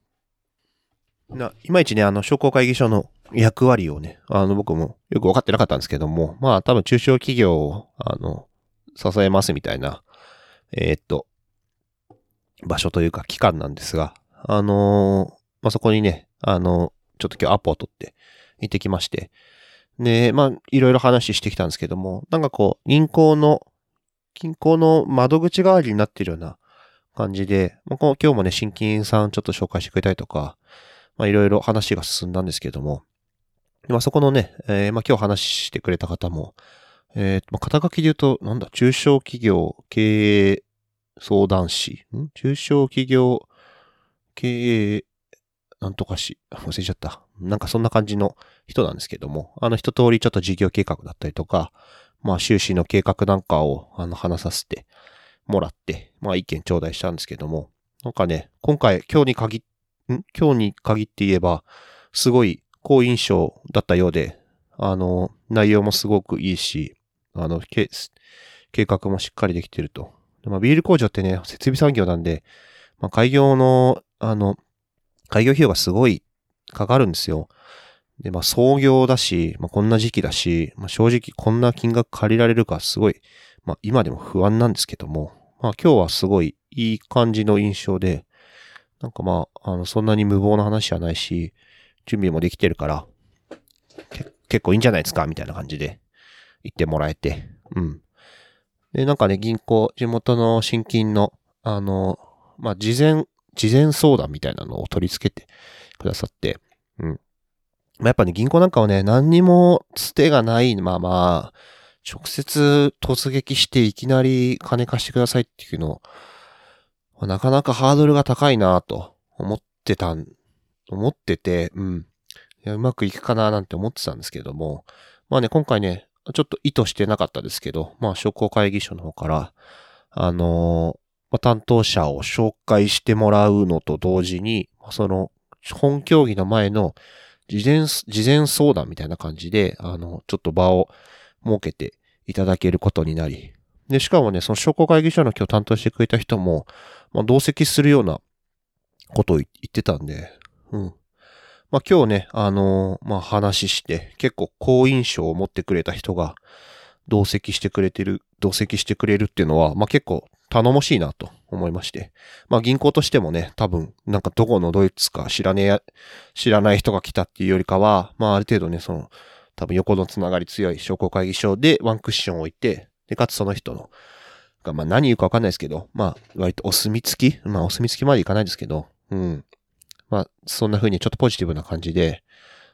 ないまいちね、あの、商工会議所の役割をね、あの、僕もよく分かってなかったんですけども、まあ、多分中小企業を、あの、支えますみたいな、えー、っと、場所というか機関なんですが、あのー、まあ、そこにね、あの、ちょっと今日アポを取って行ってきまして、で、まあ、いろいろ話してきたんですけども、なんかこう、銀行の、銀行の窓口代わりになっているような感じで、まあ、今日もね、新金さんちょっと紹介してくれたりとか、まあいろいろ話が進んだんですけども、まあそこのね、えー、まあ今日話してくれた方も、えー、まあ肩書きで言うと、なんだ、中小企業経営相談士、ん中小企業経営なんとかし、忘れちゃった。なんかそんな感じの人なんですけども、あの一通りちょっと事業計画だったりとか、まあ収支の計画なんかをあの話させてもらって、まあ意見頂戴したんですけども、なんかね、今回、今日に限っん今日に限って言えば、すごい好印象だったようで、あの、内容もすごくいいし、あの、計画もしっかりできてると。まあ、ビール工場ってね、設備産業なんで、まあ、開業の、あの、開業費用がすごいかかるんですよ。で、まあ、創業だし、まあ、こんな時期だし、まあ、正直こんな金額借りられるかすごい、まあ、今でも不安なんですけども、まあ、今日はすごいいい感じの印象で、なんかまあ、あの、そんなに無謀な話じゃないし、準備もできてるから、結構いいんじゃないですかみたいな感じで言ってもらえて、うん。で、なんかね、銀行、地元の新金の、あの、まあ、事前、事前相談みたいなのを取り付けてくださって、うん。まあ、やっぱね、銀行なんかはね、何にもつてがないまま、直接突撃していきなり金貸してくださいっていうのを、なかなかハードルが高いなと思ってたん、思ってて、うん。いや、うまくいくかななんて思ってたんですけども、まあね、今回ね、ちょっと意図してなかったですけど、まあ、商工会議所の方から、あのーまあ、担当者を紹介してもらうのと同時に、その、本協議の前の事前、事前相談みたいな感じで、あの、ちょっと場を設けていただけることになり、で、しかもね、その商工会議所の今日担当してくれた人も、まあ、同席するようなことを言ってたんで、うん。まあ今日ね、あのー、まあ話して、結構好印象を持ってくれた人が同席してくれてる、同席してくれるっていうのは、まあ結構頼もしいなと思いまして。まあ銀行としてもね、多分、なんかどこのドイツか知らねえ、知らない人が来たっていうよりかは、まあある程度ね、その、多分横のつながり強い商工会議所でワンクッションを置いて、で、かつその人の、がまあ何言うかわかんないですけど、まあ割とお墨付きまあお墨付きまでいかないですけど、うん。まあ、そんな風にちょっとポジティブな感じで、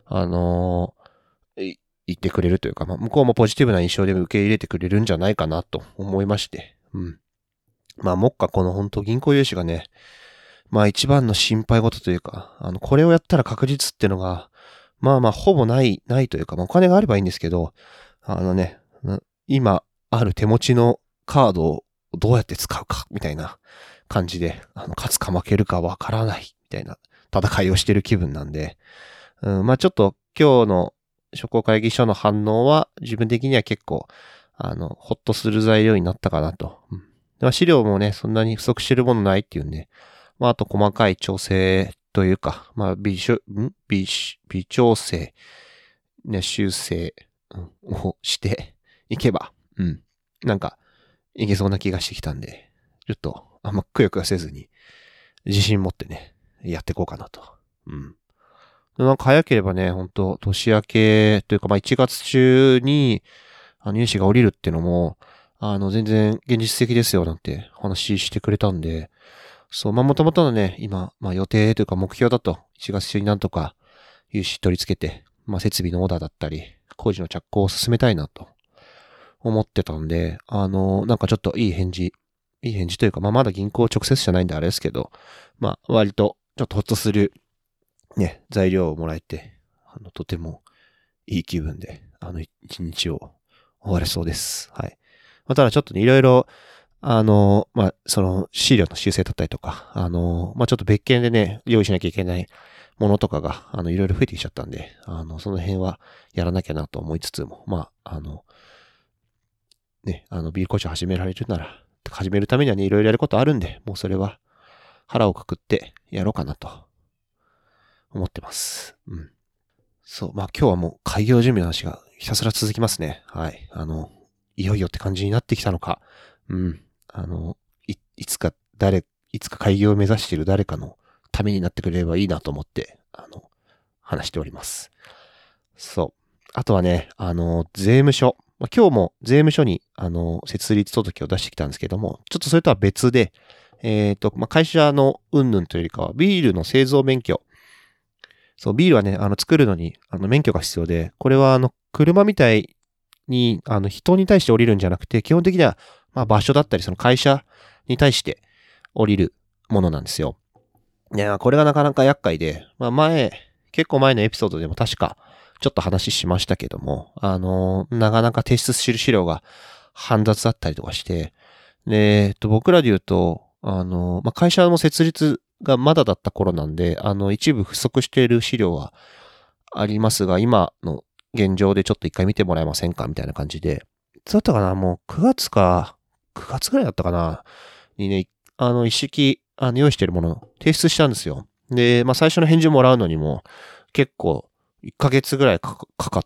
あのー、言ってくれるというか、まあ、向こうもポジティブな印象で受け入れてくれるんじゃないかなと思いまして。うん。まあ、もっかこの本当銀行融資がね、まあ一番の心配事というか、あの、これをやったら確実っていうのが、まあまあほぼない、ないというか、まあお金があればいいんですけど、あのね、今ある手持ちのカードをどうやって使うか、みたいな感じで、あの、勝つか負けるかわからない、みたいな戦いをしてる気分なんで、うん、まあちょっと今日の商工会議所の反応は自分的には結構、あの、ほっとする材料になったかなと。うん、まあ、資料もね、そんなに不足してるものないっていうんで、まあ、あと細かい調整というか、まあ、微しょ、ん微、微調整、ね、修正、うん、をしていけば、うん。なんか、いけそうな気がしてきたんで、ちょっと、あんまくよくよせずに、自信持ってね、やっていこうかなと。うん。なんか早ければね、本当年明けというか、まあいちがつ中に、あの、融資が降りるっていうのも、あの、全然現実的ですよなんて話してくれたんで、そう、まあもともとのね、今、まあ予定というか目標だと、いちがつ中になんとか融資取り付けて、まあ設備のオーダーだったり、工事の着工を進めたいなと思ってたんで、あの、なんかちょっといい返事、いい返事というか、まあまだ銀行直接じゃないんであれですけど、まあ割とちょっとほっとするね、材料をもらえて、あの、とてもいい気分で、あの、一日を終われそうです。はい。まあ、ただちょっとね、いろいろ、あの、まあ、その、資料の修正だったりとか、あの、まあ、ちょっと別件でね、用意しなきゃいけないものとかが、あの、いろいろ増えてきちゃったんで、あの、その辺はやらなきゃなと思いつつも、まあ、あの、ね、あの、ビール工場始められるなら、始めるためにはね、いろいろやることあるんで、もうそれは腹をくくってやろうかなと思ってます。うん。そう、まあ今日はもう開業準備の話がひたすら続きますね。はい。あの、いよいよって感じになってきたのか、うん。あの、い、いつか誰、いつか開業を目指している誰かのためになってくれればいいなと思って、あの、話しております。そう。あとはね、あの、税務署。まあ、今日も税務署に、あの、設立届を出してきたんですけども、ちょっとそれとは別で、えっと、まあ、会社の云々というよりかは、ビールの製造免許。そう、ビールはね、あの、作るのに、あの、免許が必要で、これは、あの、車みたいに、あの、人に対して降りるんじゃなくて、基本的には、まあ、場所だったり、その会社に対して降りるものなんですよ。いや、これがなかなか厄介で、まあ、前、結構前のエピソードでも確か、ちょっと話しましたけども、あの、なかなか提出する資料が煩雑だったりとかして、で、えっと、僕らで言うと、あの、まあ、会社の設立がまだだった頃なんで、あの、一部不足している資料はありますが、今の現状でちょっと一回見てもらえませんかみたいな感じで。いつだったかなもうくがつか、くがつぐらいだったかなにね、あの、一式、あの、用意しているものを提出したんですよ。で、まあ、最初の返事もらうのにも、結構、いっかげつぐらいかかって、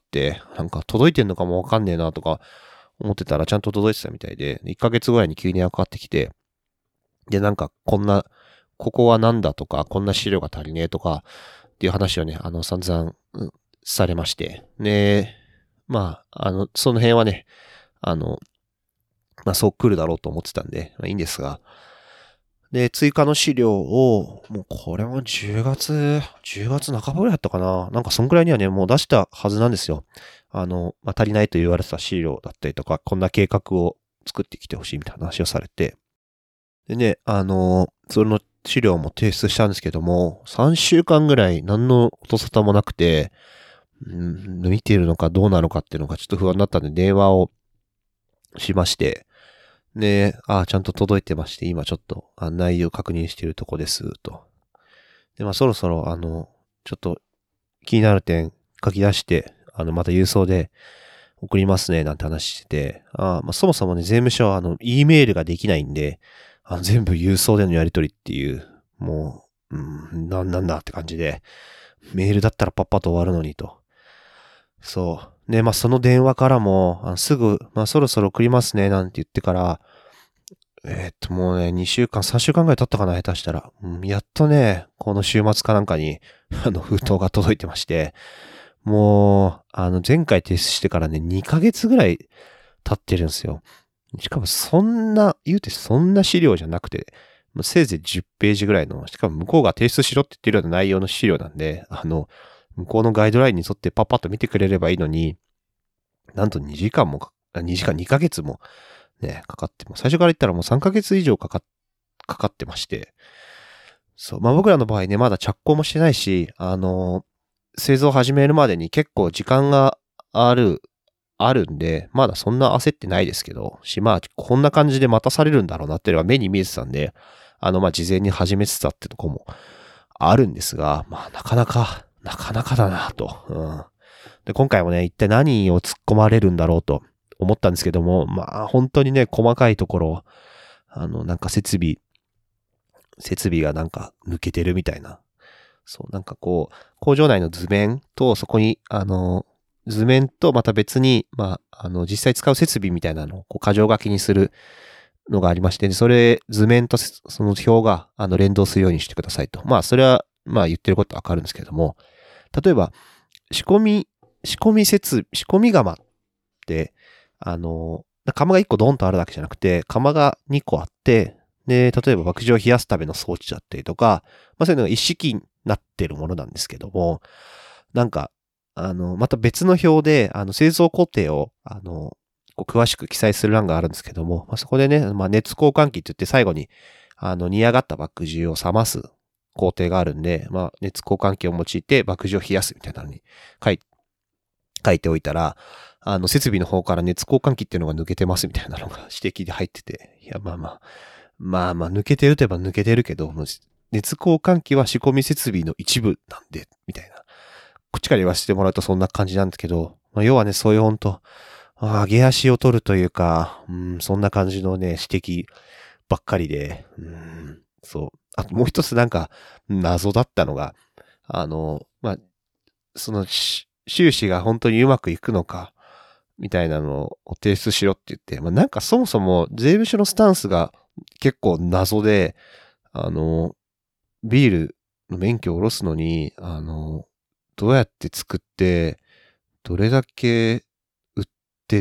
なんか届いてんのかもわかんねえなとか思ってたらちゃんと届いてたみたいで、いっかげつぐらいに急に電話かかってきて、で、なんか、こんな、ここはなんだとか、こんな資料が足りねえとか、っていう話をね、あの、散々、うん、されまして。で、まあ、あの、その辺はね、あの、まあ、そう来るだろうと思ってたんで、まあ、いいんですが、で、追加の資料を、もうこれもじゅうがつ、じゅうがつなかばぐらいだったかな。なんかそんくらいにはね、もう出したはずなんですよ。あの、まあ、足りないと言われてた資料だったりとか、こんな計画を作ってきてほしいみたいな話をされて。でね、あの、その資料も提出したんですけども、さんしゅうかんぐらい何の音沙汰もなくて、うん、見ているのかどうなのかっていうのがちょっと不安だったんで電話をしまして、で、ああ、ちゃんと届いてまして、今ちょっと内容確認しているとこです、と。で、まあそろそろ、あの、ちょっと気になる点書き出して、あの、また郵送で送りますね、なんて話してて、ああ、まあそもそもね、税務署は、あの、E メールができないんで、あの全部郵送でのやり取りっていう、もう、うん、なんなんだって感じで、メールだったらパッパと終わるのにと。そう。で、まあその電話からも、あのすぐ、まあそろそろ送りますね、なんて言ってから、えー、っともうね、にしゅうかん、さんしゅうかんぐらい経ったかな、下手したら。うん、やっとね、この週末かなんかに、あの、封筒が届いてまして、もう、あの、前回提出してからね、にかげつぐらい経ってるんですよ。しかもそんな、言うてそんな資料じゃなくて、せいぜいじゅっページぐらいの、しかも向こうが提出しろって言ってるような内容の資料なんで、あの、 向こうのガイドラインに沿ってパッパッと見てくれればいいのに、なんとにじかんもか、にじかんにかげつもね、かかっても、最初から言ったらもうさんかげつ以上かか、かかってまして、そう、まあ僕らの場合ね、まだ着工もしてないし、あの、製造を始めるまでに結構時間がある、あるんで、まだそんな焦ってないですけど、し、まあこんな感じで待たされるんだろうなっていうのは目に見えてたんで、あの、まあ事前に始めてたってとこもあるんですが、まあなかなか、なかなかだなと。うん。で、今回もね、一体何を突っ込まれるんだろうと思ったんですけども、まあ本当にね、細かいところ、あの、なんか設備、設備がなんか抜けてるみたいな。そう、なんかこう、工場内の図面と、そこに、あの、図面とまた別に、まあ、あの、実際使う設備みたいなのをこう箇条書きにするのがありまして、それ、図面とその表が、あの、連動するようにしてくださいと。まあ、それは、まあ、言ってることわかるんですけども、例えば、仕込み、仕込み設、仕込み窯って、あの、窯がいっこドンとあるだけじゃなくて、窯がにこあって、で、例えば爆汁を冷やすための装置だったりとか、まあそういうのが一式になってるものなんですけども、なんか、あの、また別の表で、あの、製造工程を、あの、こう詳しく記載する欄があるんですけども、まあそこでね、まあ熱交換器って言って最後に、あの、煮上がった爆汁を冷ます工程があるんで、まあ熱交換器を用いて爆汁を冷やすみたいなのに書い、書いておいたら、あの、設備の方から熱交換器っていうのが抜けてますみたいなのが指摘で入ってて、いや、まあまあ、まあまあ、抜けてるといえば抜けてるけど、熱交換器は仕込み設備の一部なんで、みたいな。こっちから言わせてもらうとそんな感じなんですけど、まあ、要はね、そういうほんと、上げ足を取るというか、うん、そんな感じのね、指摘ばっかりで、うん、そう。あともう一つなんか、謎だったのが、あの、まあ、その、収支が本当にうまくいくのか、みたいなのを提出しろって言って、まあ、なんかそもそも税務署のスタンスが結構謎で、あの、ビールの免許を下ろすのに、あの、どうやって作って、どれだけ売って、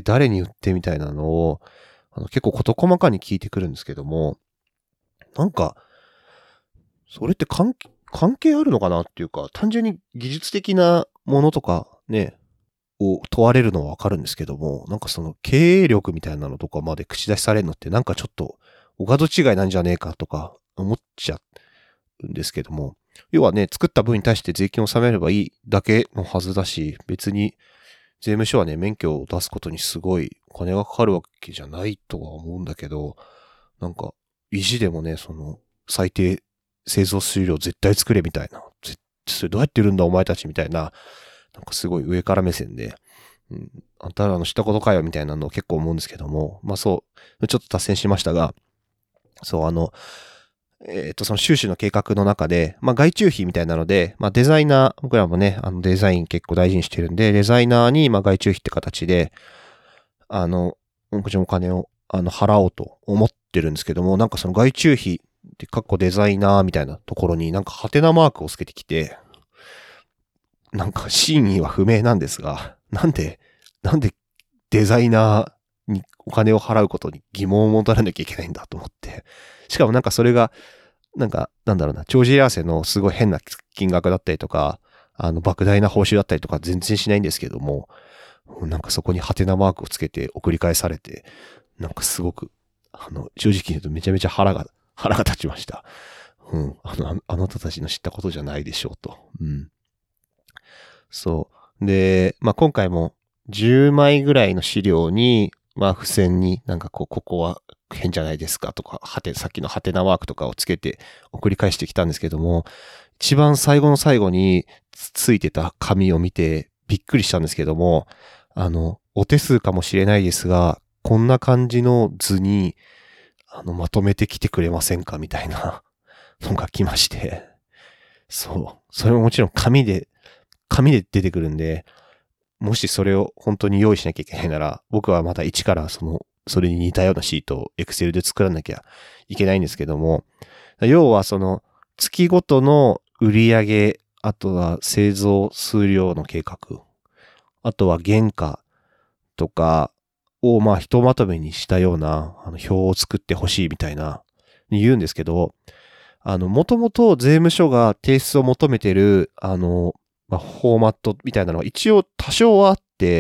誰に売ってみたいなのを、あの結構事細かに聞いてくるんですけども、なんか、それって関係、関係あるのかなっていうか、単純に技術的なものとかね、を問われるのはわかるんですけども、なんかその経営力みたいなのとかまで口出しされるのってなんかちょっとお門違いなんじゃねえかとか思っちゃうんですけども、要はね、作った分に対して税金を納めればいいだけのはずだし、別に税務署はね、免許を出すことにすごいお金がかかるわけじゃないとは思うんだけど、なんか意地でもね、その最低製造数量絶対作れみたいな、それどうやってるんだお前たちみたいな、なんかすごい上から目線で、うん、あんたらの知ったことかよみたいなのを結構思うんですけども、まあそう、ちょっと達成しましたが、そう、あの、えっと、その収支の計画の中で、まあ外注費みたいなので、まあデザイナー、僕らもね、あのデザイン結構大事にしてるんで、デザイナーにまあ外注費って形で、あの、こっちもお金をあの払おうと思ってるんですけども、なんかその外注費で、かっこデザイナーみたいなところになんかハテナマークをつけてきて、なんか真意は不明なんですが、なんで、なんでデザイナーにお金を払うことに疑問を持たれなきゃいけないんだと思って。しかもなんかそれが、なんか、なんだろうな、帳尻合わせのすごい変な金額だったりとか、あの、莫大な報酬だったりとか全然しないんですけども、なんかそこにハテナマークをつけて送り返されて、なんかすごく、あの、正直言うとめちゃめちゃ腹が、腹が立ちました。うん。あの、あなたたちの知ったことじゃないでしょうと。うん。そう。で、まあ、今回もじゅうまいぐらいの資料に、まあ、付箋になんかこう、ここは変じゃないですかとか、はて、さっきのハテナマークとかをつけて送り返してきたんですけども、一番最後の最後についてた紙を見てびっくりしたんですけども、あの、お手数かもしれないですが、こんな感じの図に、あの、まとめてきてくれませんかみたいなのが来まして。そう。それももちろん紙で、紙で出てくるんで、もしそれを本当に用意しなきゃいけないなら、僕はまた一からその、それに似たようなシートを Excel で作らなきゃいけないんですけども、要はその、月ごとの売上、あとは製造数量の計画、あとは原価とかをまあひとまとめにしたようなあの表を作ってほしいみたいな言うんですけど、あの、もともと税務署が提出を求めてる、あの、 まあ、フォーマットみたいなのが一応多少はあって、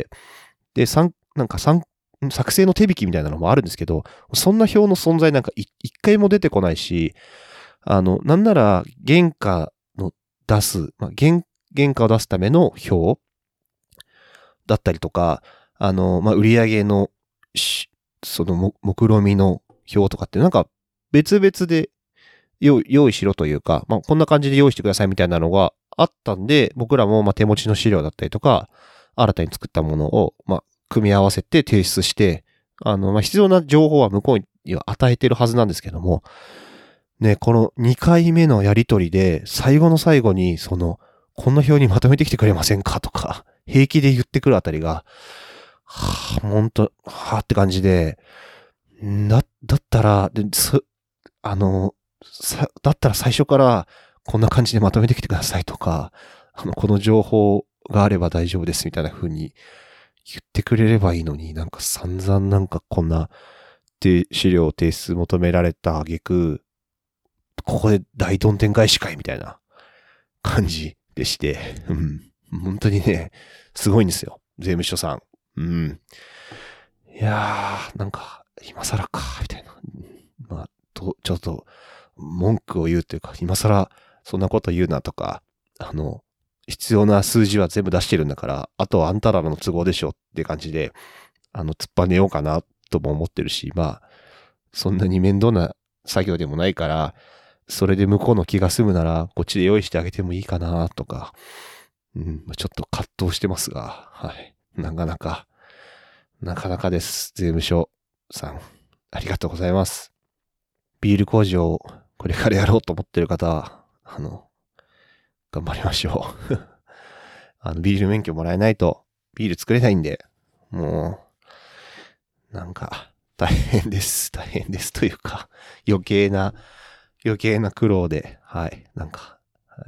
で、参なんか参作成の手引きみたいなのもあるんですけど、そんな表の存在なんか一回も出てこないし、あの、なんなら原価の出す、まあ、原、原価を出すための表だったりとか、あの、まあ、売上のそのも目論みの表とかってなんか別々で用意しろというか、まあ、こんな感じで用意してくださいみたいなのがあったんで、僕らもまあ手持ちの資料だったりとか、新たに作ったものをまあ組み合わせて提出して、あの、まあ、必要な情報は向こうには与えてるはずなんですけども、ね、このにかいめのやりとりで、最後の最後に、その、こんな表にまとめてきてくれませんかとか、平気で言ってくるあたりが、はぁ、ほんと、はぁって感じで、だ、だったら、で、そ、あの、さ、だったら最初からこんな感じでまとめてきてくださいとか、あの、この情報があれば大丈夫ですみたいな風に言ってくれればいいのに、なんか散々なんかこんな、で、資料を提出求められた挙句、ここで大どん展開司会みたいな感じでして、うん、本当にね、すごいんですよ。税務署さん。うん。いやー、なんか、今更か、みたいな。まあ、と、ちょっと、文句を言うというか、今更そんなこと言うなとか、あの、必要な数字は全部出してるんだから、あとはあんたらの都合でしょって感じで、あの、突っぱねようかなとも思ってるし、まあ、そんなに面倒な作業でもないから、それで向こうの気が済むなら、こっちで用意してあげてもいいかなとか、うん、ちょっと葛藤してますが、はい。なかなか、なかなかです。税務署さん、ありがとうございます。ビール工場、これからやろうと思ってる方は、あの、頑張りましょう。あの、ビール免許もらえないと、ビール作れないんで、もう、なんか、大変です。大変ですというか、余計な、余計な苦労で、はい、なんか、はい、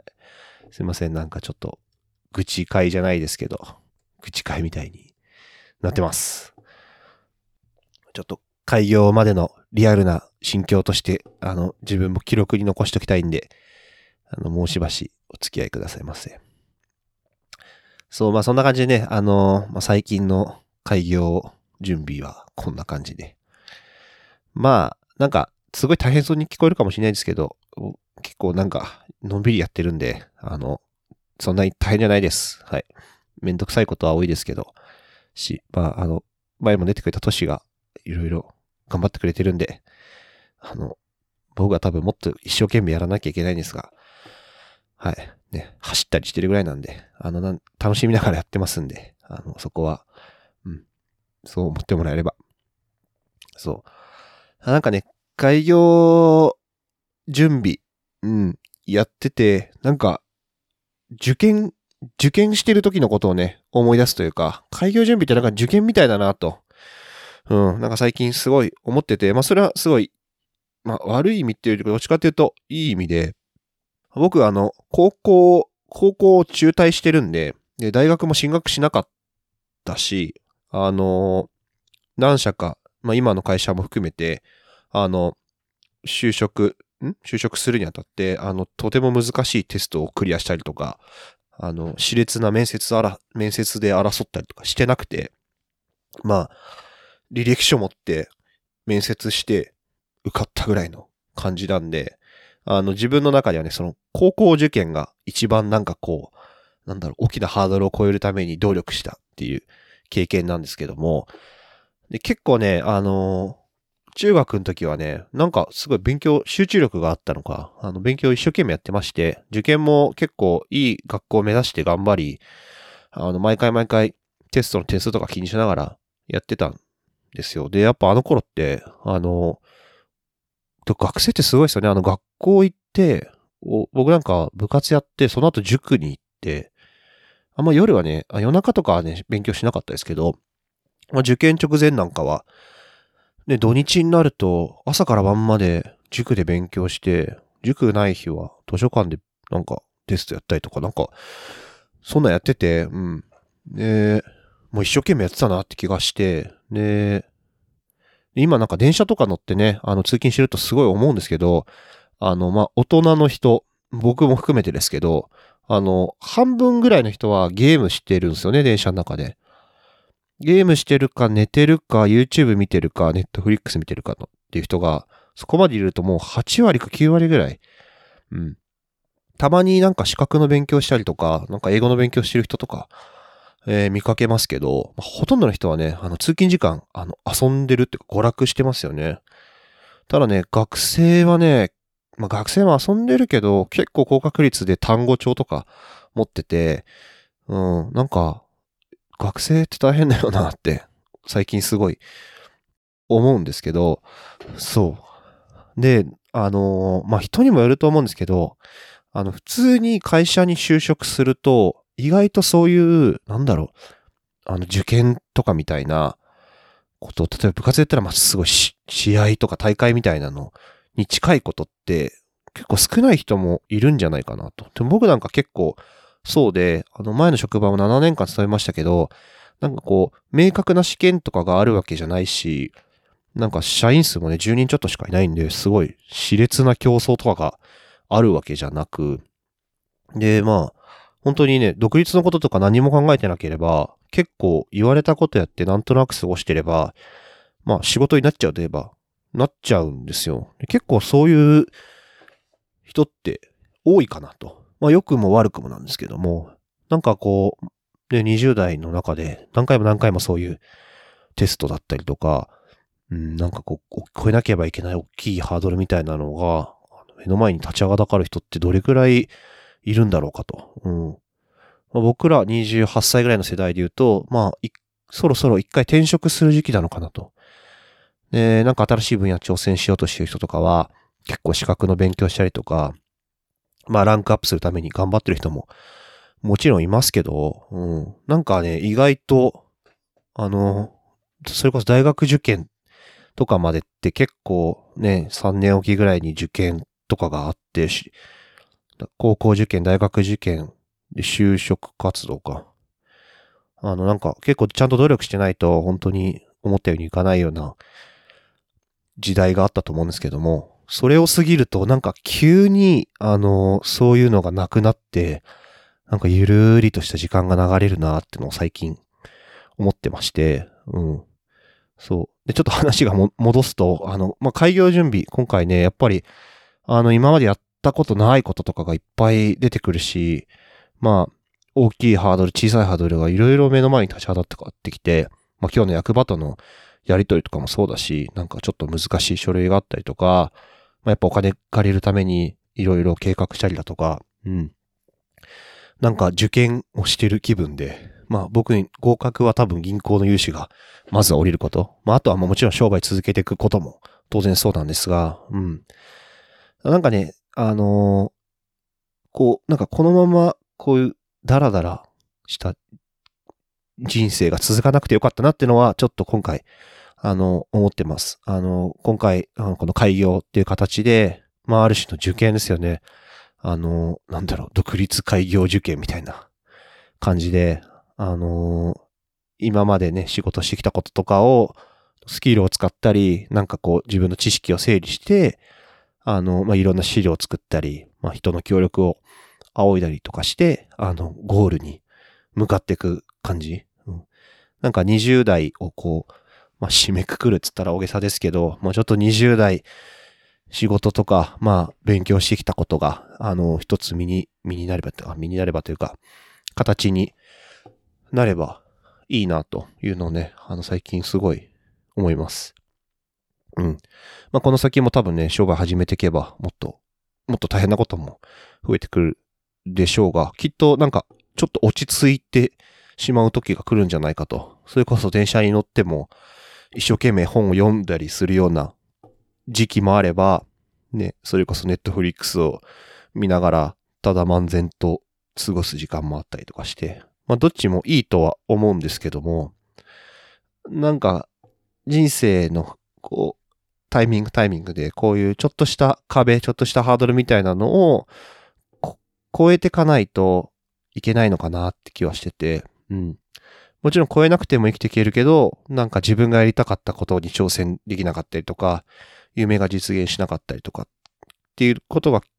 すいません、なんかちょっと、愚痴会じゃないですけど、愚痴会みたいになってます。ちょっと、開業までのリアルな心境として、あの、自分も記録に残しておきたいんで、あの、もうしばしお付き合いくださいませ。そう、まあそんな感じでね、あの、まあ、最近の開業準備はこんな感じで。まあ、なんか、すごい大変そうに聞こえるかもしれないですけど、結構なんか、のんびりやってるんで、あの、そんなに大変じゃないです。はい。めんどくさいことは多いですけど、し、まあ、あの、前も出てくれた都市がいろいろ頑張ってくれてるんで、あの、僕は多分もっと一生懸命やらなきゃいけないんですが、はい。ね、走ったりしてるぐらいなんで、あの、なん楽しみながらやってますんで、あの、そこは、うん、そう思ってもらえれば。そう。なんかね、開業準備、うん、やってて、なんか、受験、受験してる時のことをね、思い出すというか、開業準備ってなんか受験みたいだなと、うん、なんか最近すごい思ってて、まあそれはすごい、まあ悪い意味っていうよりどっちかっていうと、いい意味で、僕あの、高校、高校を中退してるんで、で、大学も進学しなかったし、あの、何社か、まあ今の会社も含めて、あの、就職、ん就職するにあたって、あの、とても難しいテストをクリアしたりとか、あの、熾烈な面接あら、面接で争ったりとかしてなくて、まあ、履歴書持って面接して受かったぐらいの感じなんで、あの、自分の中ではね、その、高校受験が一番なんかこう、なんだろう、大きなハードルを超えるために努力したっていう経験なんですけども、で結構ね、あのー、中学の時はね、なんかすごい勉強、集中力があったのか、あの、勉強一生懸命やってまして、受験も結構いい学校を目指して頑張り、あの、毎回毎回テストの点数とか気にしながらやってたんですよ。で、やっぱあの頃って、あの、学生ってすごいですよね。あの、学校行って、僕なんか部活やって、その後塾に行って、あんま夜はね、夜中とかはね、勉強しなかったですけど、まあ、受験直前なんかは、で、土日になると、朝から晩まで塾で勉強して、塾ない日は図書館でなんかテストやったりとか、なんか、そんなんやってて、うん。で、もう一生懸命やってたなって気がして、で、今なんか電車とか乗ってね、あの通勤してるとすごい思うんですけど、あの、まあ、大人の人、僕も含めてですけど、 あの、半分ぐらいの人はゲームしてるんですよね、電車の中で。ゲームしてるか、寝てるか、YouTube 見てるか、Netflix 見てるかのっていう人が、そこまでいるともうはち割かきゅう割ぐらい。うん。たまになんか資格の勉強したりとか、なんか英語の勉強してる人とか、えー、見かけますけど、まあ、ほとんどの人はね、あの、通勤時間、あの、遊んでるっていうか、娯楽してますよね。ただね、学生はね、まあ、学生も遊んでるけど、結構高確率で単語帳とか持ってて、うん、なんか、学生って大変だよなって、最近すごい思うんですけど、そう。で、あのーまあ、人にもよると思うんですけど、あの、普通に会社に就職すると、意外とそういう、なんだろう、あの、受験とかみたいなこと、例えば部活やったら、まあ、すごいし試合とか大会みたいなのに近いことって、結構少ない人もいるんじゃないかなと。でも僕なんか結構そうで、あの前の職場もななねんかん勤めましたけど、なんかこう、明確な試験とかがあるわけじゃないし、なんか社員数もね、じゅうにんちょっとしかいないんで、すごい熾烈な競争とかがあるわけじゃなく、で、まあ、本当にね、独立のこととか何も考えてなければ、結構言われたことやってなんとなく過ごしてれば、まあ仕事になっちゃうといえば、なっちゃうんですよ。結構そういう人って多いかなと。まあ良くも悪くもなんですけども、なんかこう、ね、にじゅう代の中で何回も何回もそういうテストだったりとか、うん、なんかこう、超えなければいけない大きいハードルみたいなのが、目の前に立ちはだかる人ってどれくらいいるんだろうかと。うん。まあ、僕らにじゅうはっさいぐらいの世代で言うと、まあ、そろそろ一回転職する時期なのかなと。で、なんか新しい分野挑戦しようとしてる人とかは、結構資格の勉強したりとか、まあランクアップするために頑張ってる人ももちろんいますけど、うん。なんかね、意外と、あの、それこそ大学受験とかまでって結構ね、さんねんおきぐらいに受験とかがあってし、高校受験、大学受験、で就職活動か。あの、なんか結構ちゃんと努力してないと本当に思ったようにいかないような時代があったと思うんですけども、それを過ぎるとなんか急に、あの、そういうのがなくなって、なんかゆるーりとした時間が流れるなってのを最近思ってまして、うん。そう。で、ちょっと話がも戻すと、あの、まあ、開業準備、今回ね、やっぱり、あの、今までやったことないこととかがいっぱい出てくるし、まあ、大きいハードル、小さいハードルがいろいろ目の前に立ちはだってきて、まあ、今日の役場とのやりとりとかもそうだし、なんかちょっと難しい書類があったりとか、まあ、やっぱお金借りるためにいろいろ計画したりだとか、うん。なんか受験をしてる気分で、まあ僕に合格は多分銀行の融資がまずは降りること。まああとはもちろん商売続けていくことも当然そうなんですが、うん。なんかね、あのーこう、なんかこのままこういうダラダラした人生が続かなくてよかったなっていうのはちょっと今回、あの、思ってます。あの、今回、あのこの開業っていう形で、まあある種の受験ですよね。あの、なんだろう、独立開業受験みたいな感じで、あのー今までね、仕事してきたこととかを、スキルを使ったり、なんかこう、自分の知識を整理して、あの、まあ、いろんな資料を作ったり、まあ、人の協力を仰いだりとかして、あの、ゴールに向かっていく感じ。うん、なんかにじゅう代をこう、まあ、締めくくるっつったら大げさですけど、まあ、ちょっとにじゅう代、仕事とか、まあ、勉強してきたことが、あの、一つ身に、身になれば、身になればというか、形になればいいなというのをね、あの最近すごい思います。うん。まあこの先も多分ね、商売始めていけばもっと、もっと大変なことも増えてくるでしょうが、きっとなんかちょっと落ち着いてしまう時が来るんじゃないかと。それこそ電車に乗っても一生懸命本を読んだりするような時期もあれば、ね、それこそネットフリックスを見ながらただ漫然と過ごす時間もあったりとかして、まあどっちもいいとは思うんですけども、なんか人生のこうタイミングタイミングでこういうちょっとした壁、ちょっとしたハードルみたいなのを超えていかないといけないのかなって気はしてて、うん。もちろん超えなくても生きていけるけど、なんか自分がやりたかったことに挑戦できなかったりとか、夢が実現しなかったりとかっていうことが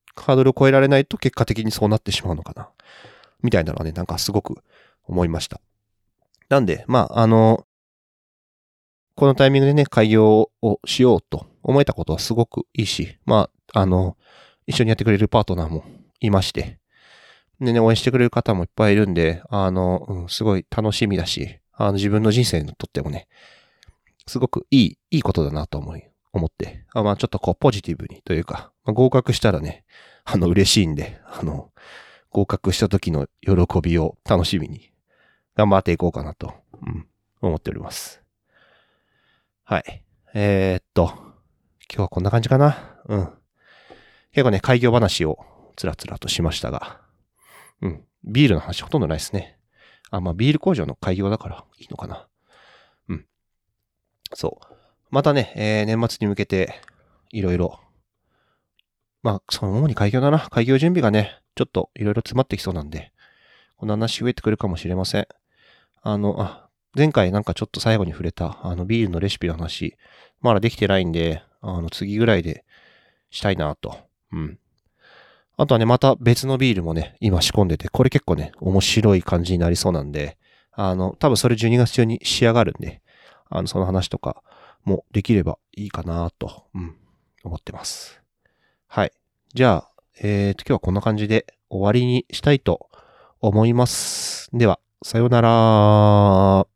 ハードルを超えられないと結果的にそうなってしまうのかな。みたいなのはね、なんかすごく思いました。なんで、まあ、あの、このタイミングでね、開業をしようと思えたことはすごくいいし、まあ、あの、一緒にやってくれるパートナーもいまして、でね、応援してくれる方もいっぱいいるんで、あの、うん、すごい楽しみだし、あの、自分の人生にとってもね、すごくいい、いいことだなと思い、思って、あまあちょっとこうポジティブにというか、まあ、合格したらね、あの、嬉しいんで、あの、合格した時の喜びを楽しみに頑張っていこうかなと、うん、思っております。はい。えー、っと、今日はこんな感じかな。うん。結構ね、開業話をつらつらとしましたが、うん。ビールの話ほとんどないですね。あ、まあビール工場の開業だからいいのかな。うん。そう。またね、えー、年末に向けて、いろいろ、まあ、その主に開業だな。開業準備がね、ちょっといろいろ詰まってきそうなんで、この話増えてくるかもしれません。あの、あ、前回なんかちょっと最後に触れた、あの、ビールのレシピの話、まだできてないんで、あの、次ぐらいでしたいなと。うん。あとはね、また別のビールもね、今仕込んでて、これ結構ね、面白い感じになりそうなんで、あの、多分それじゅうにがつ中に仕上がるんで、あの、その話とかもできればいいかなと、うん、思ってます。はい。じゃあ、えーと、今日はこんな感じで終わりにしたいと思います。では、さようなら。